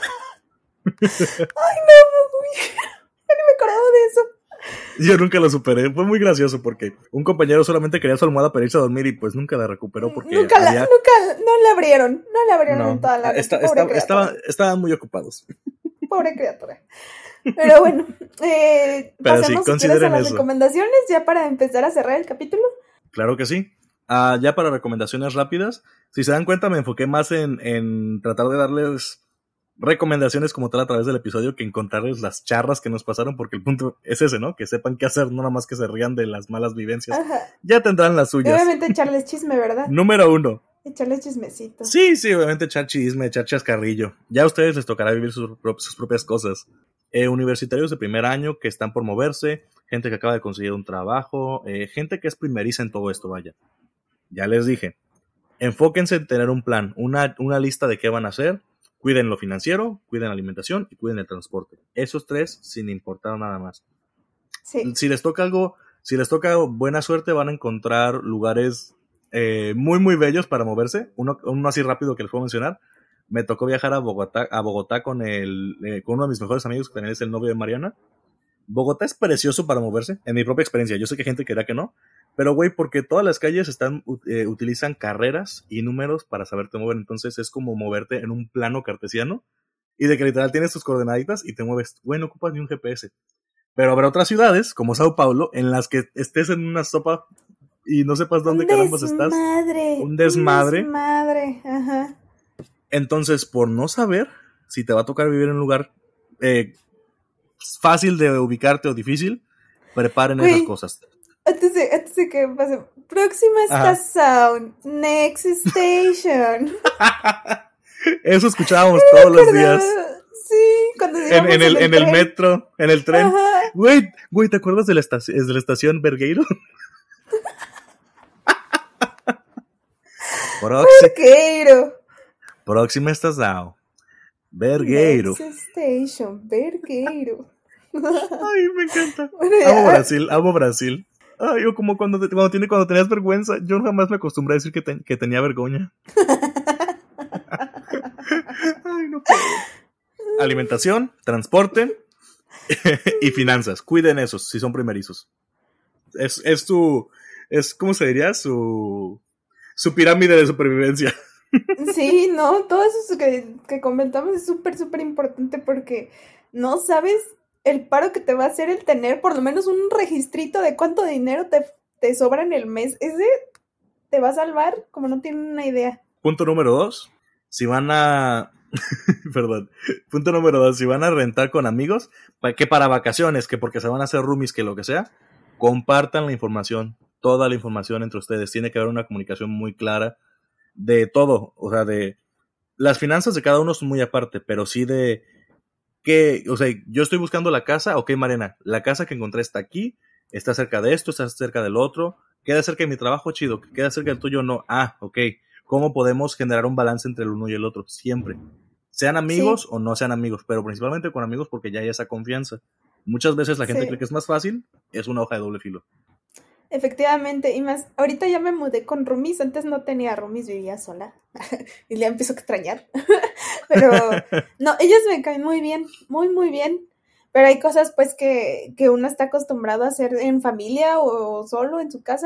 Ay, no, ni me acordaba de eso. Yo nunca lo superé, fue muy gracioso porque un compañero solamente quería su almohada para irse a dormir y pues nunca la recuperó porque no la abrieron en toda la noche. Estaban muy ocupados. Pobre criatura. Pero bueno, pasemos sí, a las recomendaciones ya para empezar a cerrar el capítulo. Claro que sí. Ya para recomendaciones rápidas, si se dan cuenta me enfoqué más en tratar de darles recomendaciones como tal a través del episodio que encontrarles las charras que nos pasaron, porque el punto es ese, ¿no? Que sepan qué hacer, no nada más que se rían de las malas vivencias. Ajá. Ya tendrán las suyas. Obviamente echarles chisme, ¿verdad? Número 1. Echarles chismecito. Sí, obviamente echar chisme, echar chascarrillo. Ya a ustedes les tocará vivir sus propias cosas. Universitarios de primer año que están por moverse, gente que acaba de conseguir un trabajo, gente que es primeriza en todo esto, vaya. Ya les dije, enfóquense en tener un plan, una lista de qué van a hacer, cuiden lo financiero, cuiden la alimentación y cuiden el transporte. Esos 3 sin importar nada más. Sí. Si les toca buena suerte, van a encontrar lugares muy muy bellos para moverse. Uno así rápido que les puedo mencionar. Me tocó viajar a Bogotá con uno de mis mejores amigos, que también es el novio de Mariana. Bogotá es precioso para moverse, en mi propia experiencia. Yo sé que hay gente que dirá que no, pero güey, porque todas las calles utilizan carreras y números para saberte mover, entonces es como moverte en un plano cartesiano y de que literal tienes tus coordenaditas y te mueves. Güey, no ocupas ni un GPS. Pero habrá otras ciudades, como Sao Paulo, en las que estés en una sopa y no sepas dónde carambas estás. Un desmadre. Ajá. Entonces, por no saber si te va a tocar vivir en un lugar fácil de ubicarte o difícil, preparen esas cosas. Antes de que pase, próxima estación, next station. Eso escuchábamos todos los días. Sí, cuando en el metro, en el tren. Güey, ¿te acuerdas de la estación Vergueiro? Vergueiro. Próxima estación, Vergueiro. Next station, Vergueiro. Ay, me encanta. Amo Brasil. Ay, yo como cuando tenías vergüenza, yo jamás me acostumbré a decir que tenía vergüenza. Ay, no puedo. Alimentación, transporte y finanzas. Cuiden esos si son primerizos. Es ¿cómo se diría? Su pirámide de supervivencia. Sí, no, todo eso que comentamos es súper, súper importante porque no sabes el paro que te va a hacer el tener por lo menos un registrito de cuánto dinero te sobra en el mes. Ese te va a salvar como no tienen una idea. Punto número 2, si van a... Perdón. Punto número 2, si van a rentar con amigos, que para vacaciones, que porque se van a hacer roomies, que lo que sea, compartan la información, toda la información entre ustedes. Tiene que haber una comunicación muy clara de todo, o sea, de las finanzas de cada uno son muy aparte, pero sí de que, o sea, yo estoy buscando la casa, ok, Mariana, la casa que encontré está aquí, está cerca de esto, está cerca del otro, queda cerca de mi trabajo, chido, queda cerca del tuyo, no, ok, ¿cómo podemos generar un balance entre el uno y el otro? Siempre, sean amigos o no sean amigos, pero principalmente con amigos porque ya hay esa confianza. Muchas veces la gente cree que es más fácil, es una hoja de doble filo. Efectivamente, y más, ahorita ya me mudé con roomies, antes no tenía roomies, vivía sola, y ya empiezo a extrañar, pero no, ellos me caen muy bien, muy, muy bien, pero hay cosas pues que uno está acostumbrado a hacer en familia o solo en su casa,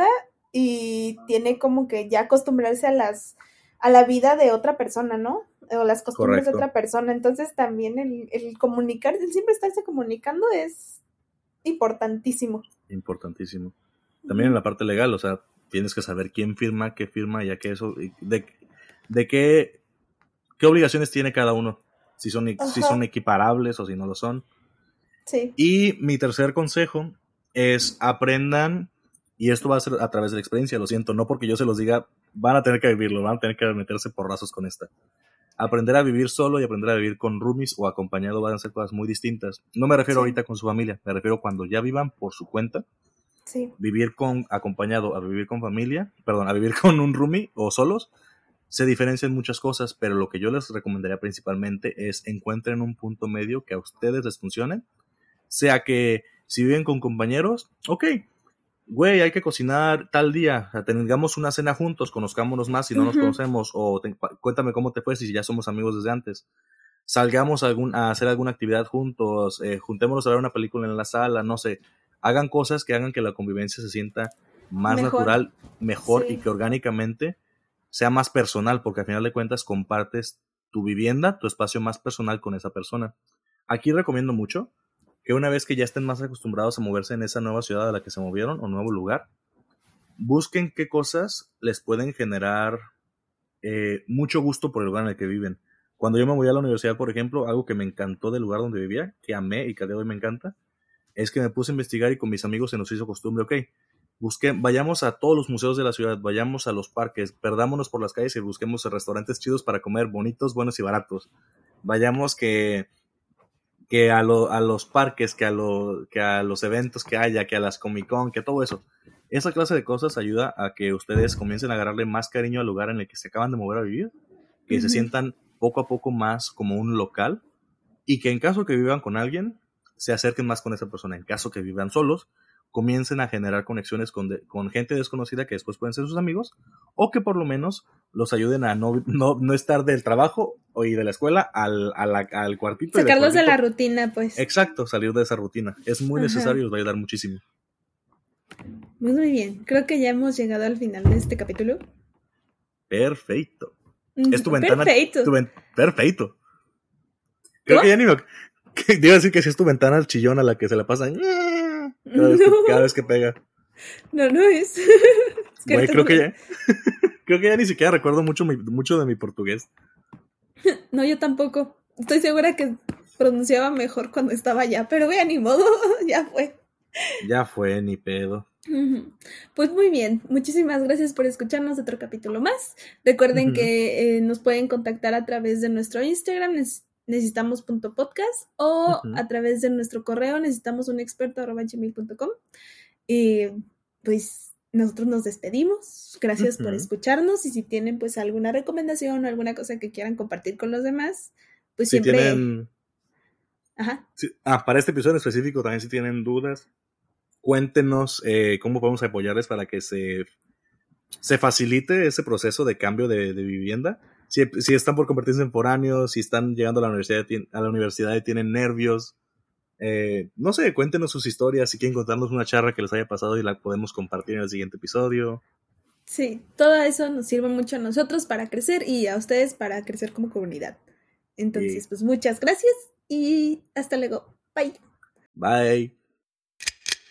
y tiene como que ya acostumbrarse a la vida de otra persona, ¿no? O las costumbres de otra persona. Entonces también el comunicar, el siempre estarse comunicando es importantísimo. Importantísimo. También en la parte legal, o sea, tienes que saber quién firma, qué firma, ya que eso, de qué obligaciones tiene cada uno, si son equiparables o si no lo son. Sí. Y mi tercer consejo es aprendan, y esto va a ser a través de la experiencia, lo siento, no porque yo se los diga, van a tener que vivirlo, van a tener que meterse porrazos con esta. Aprender a vivir solo y aprender a vivir con roomies o acompañado van a ser cosas muy distintas. No me refiero ahorita con su familia, me refiero cuando ya vivan por su cuenta. Sí. Vivir acompañado a vivir con familia, a vivir con un roomie o solos, se diferencian muchas cosas, pero lo que yo les recomendaría principalmente es encuentren un punto medio que a ustedes les funcione, sea que si viven con compañeros, ok, güey, hay que cocinar tal día, tengamos una cena juntos, conozcámonos más si no nos conocemos, o cuéntame cómo te fue si ya somos amigos desde antes. Salgamos a hacer alguna actividad juntos, juntémonos a ver una película en la sala, no sé. Hagan cosas que hagan que la convivencia se sienta más natural, mejor, sí, y que orgánicamente sea más personal, porque al final de cuentas compartes tu vivienda, tu espacio más personal con esa persona. Aquí recomiendo mucho que una vez que ya estén más acostumbrados a moverse en esa nueva ciudad a la que se movieron o nuevo lugar, busquen qué cosas les pueden generar mucho gusto por el lugar en el que viven. Cuando yo me voy a la universidad, por ejemplo, algo que me encantó del lugar donde vivía, que amé y que a día de hoy me encanta, es que me puse a investigar y con mis amigos se nos hizo costumbre, ok, vayamos a todos los museos de la ciudad, vayamos a los parques, perdámonos por las calles y busquemos restaurantes chidos para comer, bonitos, buenos y baratos. Vayamos que a los parques, que a los eventos que haya, que a las Comic Con, que todo eso. Esa clase de cosas ayuda a que ustedes comiencen a agarrarle más cariño al lugar en el que se acaban de mover a vivir, que se sientan poco a poco más como un local, y que en caso que vivan con alguien, se acerquen más con esa persona. En caso que vivan solos, comiencen a generar conexiones con gente desconocida que después pueden ser sus amigos, o que por lo menos los ayuden a no estar del trabajo y de la escuela al cuartito. Sacarlos de la rutina, pues. Exacto, salir de esa rutina. Es muy necesario y os va a ayudar muchísimo. Muy bien, creo que ya hemos llegado al final de este capítulo. Perfecto. Es tu ventana. Perfecto. Perfecto. Creo que ya ni me... Digo decir que si es tu ventana chillón a la que se la pasa cada vez que pega. No es. Güey, creo que ya ni siquiera recuerdo mucho de mi portugués. No, yo tampoco. Estoy segura que pronunciaba mejor cuando estaba allá, pero vea, ni modo, ya fue. Ya fue, ni pedo. Pues muy bien, muchísimas gracias por escucharnos otro capítulo más. Recuerden que nos pueden contactar a través de nuestro Instagram, necesitamos.podcast, o a través de nuestro correo, necesitamosunexperto@gmail.com. Y pues nosotros nos despedimos. Gracias por escucharnos, y si tienen pues alguna recomendación o alguna cosa que quieran compartir con los demás, pues si siempre... tienen... Ajá. Para este episodio en específico, también si tienen dudas, cuéntenos cómo podemos apoyarles para que se facilite ese proceso de cambio de vivienda. Si están por convertirse en foráneos, si están llegando a la universidad y tienen nervios, no sé, cuéntenos sus historias, si quieren contarnos una charra que les haya pasado y la podemos compartir en el siguiente episodio. Sí, todo eso nos sirve mucho a nosotros para crecer y a ustedes para crecer como comunidad. Entonces, pues muchas gracias y hasta luego. Bye. Bye.